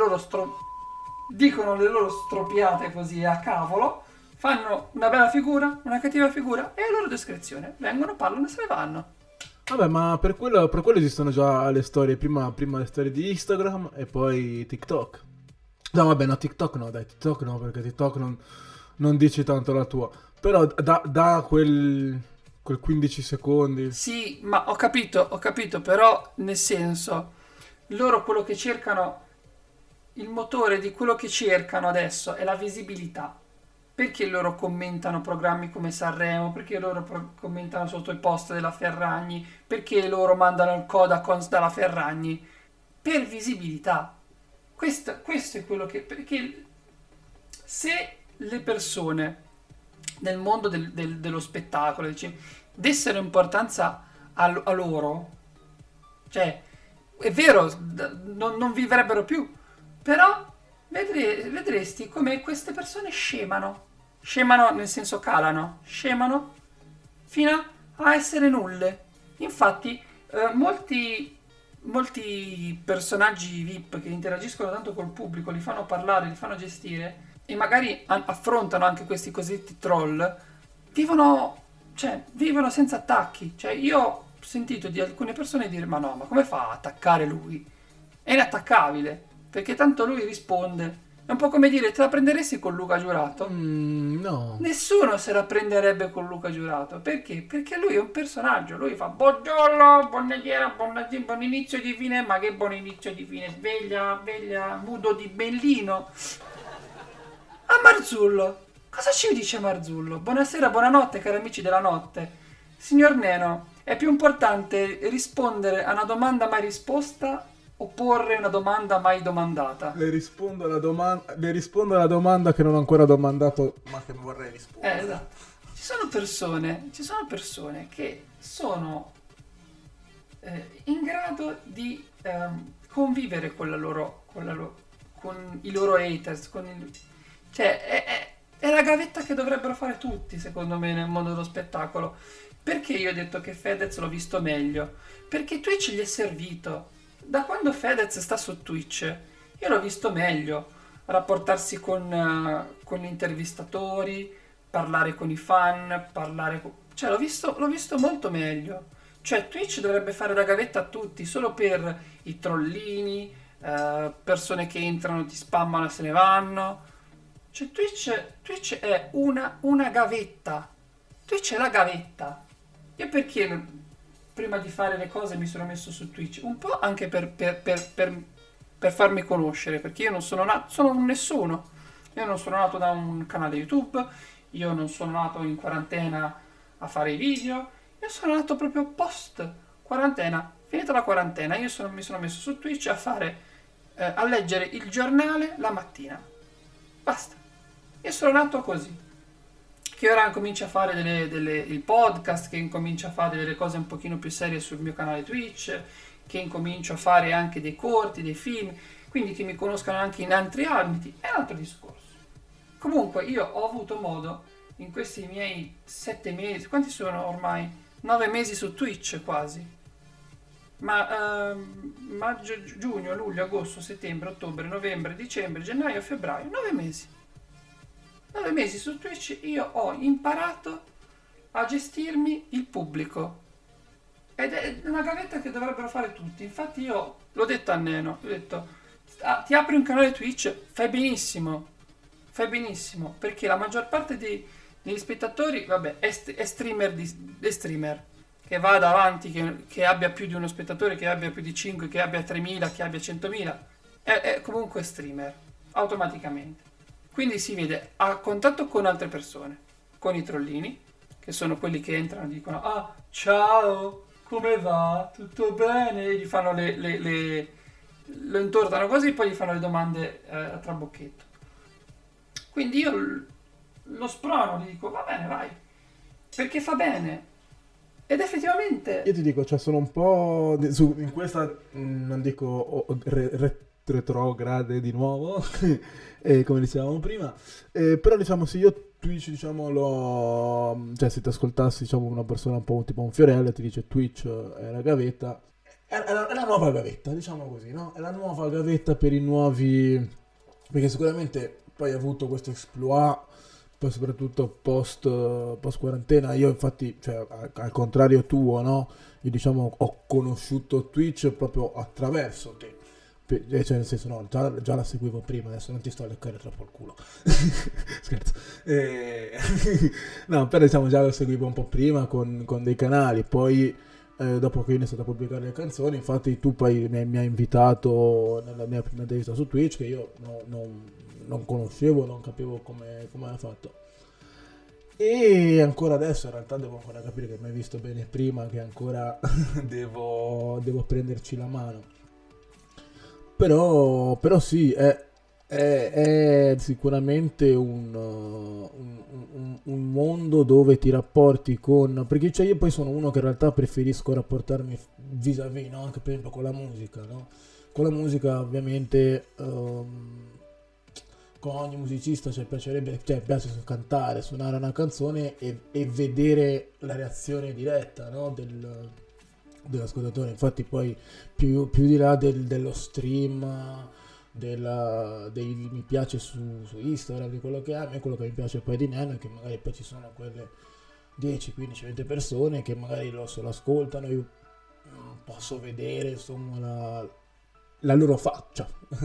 dicono le loro stropiate così a cavolo, fanno una bella figura, una cattiva figura e a loro discrezione. Vengono, parlano e se ne vanno. Vabbè, ma per quello esistono già le storie, prima le storie di Instagram e poi TikTok. No, vabbè, no, TikTok no, perché TikTok non dici tanto la tua. Però da quel 15 secondi. Sì, ma ho capito, però nel senso, loro quello che cercano, il motore di quello che cercano adesso è la visibilità. Perché loro commentano programmi come Sanremo? Perché loro commentano sotto il post della Ferragni? Perché loro mandano il Codacons dalla Ferragni? Per visibilità. Questo è quello che... Perché se le persone nel mondo dello spettacolo dessero importanza a loro, cioè, è vero, non vivrebbero più, però vedresti come queste persone scemano nel senso calano, scemano fino a essere nulle. Infatti molti personaggi VIP che interagiscono tanto col pubblico, li fanno parlare, li fanno gestire e magari affrontano anche questi cosiddetti troll, vivono senza attacchi. Cioè, io ho sentito di alcune persone dire ma come fa a attaccare lui? È inattaccabile, perché tanto lui risponde È un po' come dire, te la prenderesti con Luca Giurato? No. Nessuno se la prenderebbe con Luca Giurato. Perché? Perché lui è un personaggio. Lui fa buongiorno, buonasera, buon inizio di fine. Ma che buon inizio di fine? Sveglia, sveglia, mudo di bellino. A Marzullo. Cosa ci dice Marzullo? Buonasera, buonanotte, cari amici della notte. Signor Neno, è più importante rispondere a una domanda mai risposta o porre una domanda mai domandata? Le rispondo alla domanda che non ho ancora domandato, ma che vorrei rispondere. Esatto. Ci sono persone che sono in grado di convivere con con i loro haters, cioè è la gavetta che dovrebbero fare tutti, secondo me, nel mondo dello spettacolo. Perché io ho detto che Fedez l'ho visto meglio? Perché Twitch gli è servito. Da quando Fedez sta su Twitch, io l'ho visto meglio rapportarsi con gli intervistatori, parlare con i fan, cioè l'ho visto molto meglio. Cioè Twitch dovrebbe fare da gavetta a tutti, solo per i trollini, persone che entrano, ti spammano e se ne vanno. Cioè Twitch è una gavetta. Twitch è la gavetta. Io perché prima di fare le cose mi sono messo su Twitch? Un po' anche per farmi conoscere, perché io non sono nato, sono un nessuno. Io non sono nato da un canale YouTube, io non sono nato in quarantena a fare i video, io sono nato proprio post quarantena. Finita la quarantena, mi sono messo su Twitch a leggere il giornale la mattina. Basta. Io sono nato così. Che ora comincio a fare il podcast, che incomincio a fare delle cose un pochino più serie sul mio canale Twitch, che incomincio a fare anche dei corti, dei film, quindi che mi conoscano anche in altri ambiti, è un altro discorso. Comunque io ho avuto modo in questi miei 7 mesi, quanti sono ormai? 9 mesi su Twitch quasi. Maggio, giugno, luglio, agosto, settembre, ottobre, novembre, dicembre, gennaio, febbraio, 9 mesi. 9 mesi su Twitch io ho imparato a gestirmi il pubblico. Ed è una gavetta che dovrebbero fare tutti. Infatti io l'ho detto a Neno, ho detto, ti apri un canale Twitch, fai benissimo, perché la maggior parte degli spettatori, vabbè, è streamer, che vada avanti, che abbia più di uno spettatore, che abbia più di 5, che abbia 3.000, che abbia 100.000, è comunque streamer, automaticamente. Quindi si vede a contatto con altre persone, con i trollini, che sono quelli che entrano e dicono ah, ciao, come va? Tutto bene? E gli fanno lo intortano così e poi gli fanno le domande a trabocchetto. Quindi io lo sprono, gli dico va bene, vai, perché fa bene. Ed effettivamente... Io ti dico, cioè sono un po' in questa, non dico retrograde di nuovo, come dicevamo prima, però diciamo se io Twitch diciamo cioè se ti ascoltassi diciamo una persona un po' tipo un Fiorello ti dice Twitch è la gavetta, è la nuova gavetta, diciamo così, no? È la nuova gavetta per i nuovi, perché sicuramente poi ha avuto questo exploit, poi soprattutto post quarantena. Io infatti, cioè, al contrario tuo, no? Io diciamo ho conosciuto Twitch proprio attraverso te. Cioè nel senso no, già la seguivo prima, adesso non ti sto a leccare troppo il culo. Scherzo. No, però diciamo già lo seguivo un po' prima con dei canali, poi dopo che io ho iniziato a pubblicare le canzoni, infatti tu poi mi hai invitato nella mia prima intervista su Twitch, che io non conoscevo, non capivo come ha fatto. E ancora adesso in realtà devo ancora capire, che mi hai visto bene prima, che ancora devo prenderci la mano. Però sì, è sicuramente un mondo dove ti rapporti con... Perché cioè io poi sono uno che in realtà preferisco rapportarmi vis-à-vis, no? Anche per esempio con la musica, no? Con la musica ovviamente... con ogni musicista piace cantare, suonare una canzone e vedere la reazione diretta, no? dell'ascoltatore. Infatti poi più di là dello stream, dei mi piace su Instagram, di quello che ha, a me quello che mi piace poi di Neno è che magari poi ci sono quelle 10, 15, 20 persone che magari lo ascoltano, io posso vedere insomma la loro faccia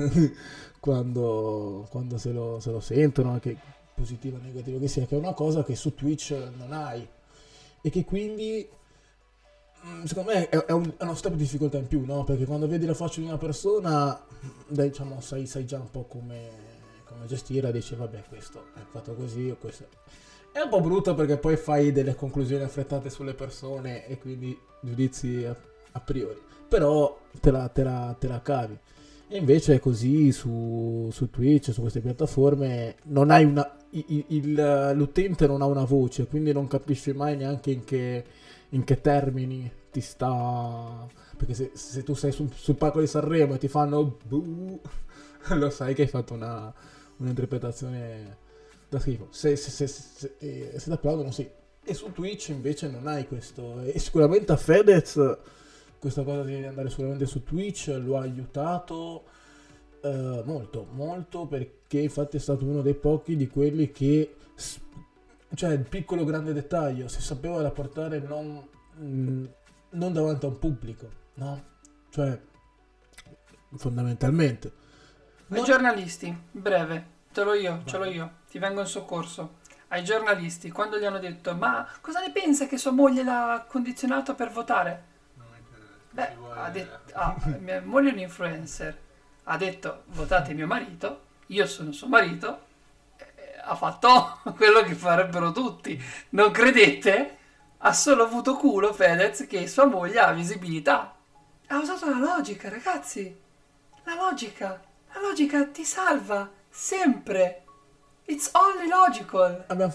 quando se lo sentono, anche positivo o negativo che sia, che è una cosa che su Twitch non hai, e che quindi secondo me è uno step di difficoltà in più, no? Perché quando vedi la faccia di una persona, diciamo, sai già un po' come gestirla, dici vabbè, questo è fatto così o questo è un po' brutto, perché poi fai delle conclusioni affrettate sulle persone e quindi giudizi a priori, però te la cavi. E invece è così su Twitch, su queste piattaforme, non hai l'utente non ha una voce, quindi non capisci mai neanche in che termini ti sta. Perché se tu sei sul palco di Sanremo e ti fanno buh, lo sai che hai fatto un'interpretazione da schifo. Se ti applaudono, sì. E su Twitch invece non hai questo. E sicuramente a Fedez questa cosa di andare sicuramente su Twitch lo ha aiutato molto, molto, perché infatti è stato uno dei pochi di quelli che, cioè, il piccolo grande dettaglio si sapeva da portare non davanti a un pubblico, no? Cioè, fondamentalmente. Ai giornalisti, breve, ce l'ho io, ti vengo in soccorso. Ai giornalisti, quando gli hanno detto ma cosa ne pensa che sua moglie l'ha condizionato per votare? Beh, ha detto, mia moglie è un influencer, ha detto votate mio marito, io sono suo marito, ha fatto quello che farebbero tutti, non credete? Ha solo avuto culo Fedez che sua moglie ha visibilità. Ha usato la logica, ragazzi, la logica ti salva, sempre. It's only logical. L'abbiamo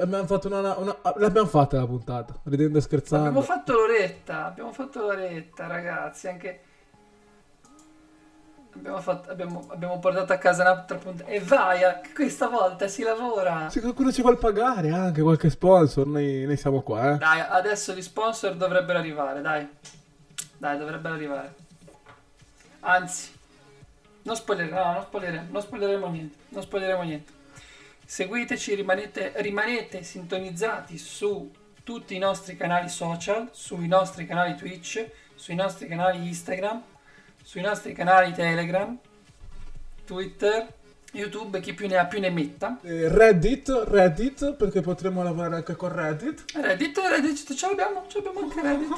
fatta la puntata, ridendo e scherzando. Abbiamo fatto l'oretta, ragazzi, anche abbiamo portato a casa un'altra puntata. E vai, questa volta si lavora. Se qualcuno ci vuole pagare, anche qualche sponsor, noi siamo qua, Dai, adesso gli sponsor dovrebbero arrivare, dai. Dai, dovrebbero arrivare. Anzi, non spoileremo niente. Seguiteci, rimanete sintonizzati su tutti i nostri canali social, sui nostri canali Twitch, sui nostri canali Instagram, sui nostri canali Telegram, Twitter, YouTube, chi più ne ha più ne metta. Reddit, perché potremmo lavorare anche con Reddit. Reddit, ce l'abbiamo anche Reddit.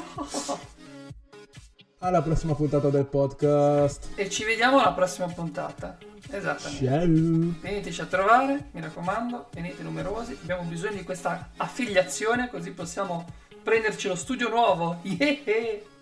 Alla prossima puntata del podcast. E ci vediamo alla prossima puntata. Esattamente. Ciao. Veniteci a trovare, mi raccomando, venite numerosi. Abbiamo bisogno di questa affiliazione, così possiamo prenderci lo studio nuovo. Yeah!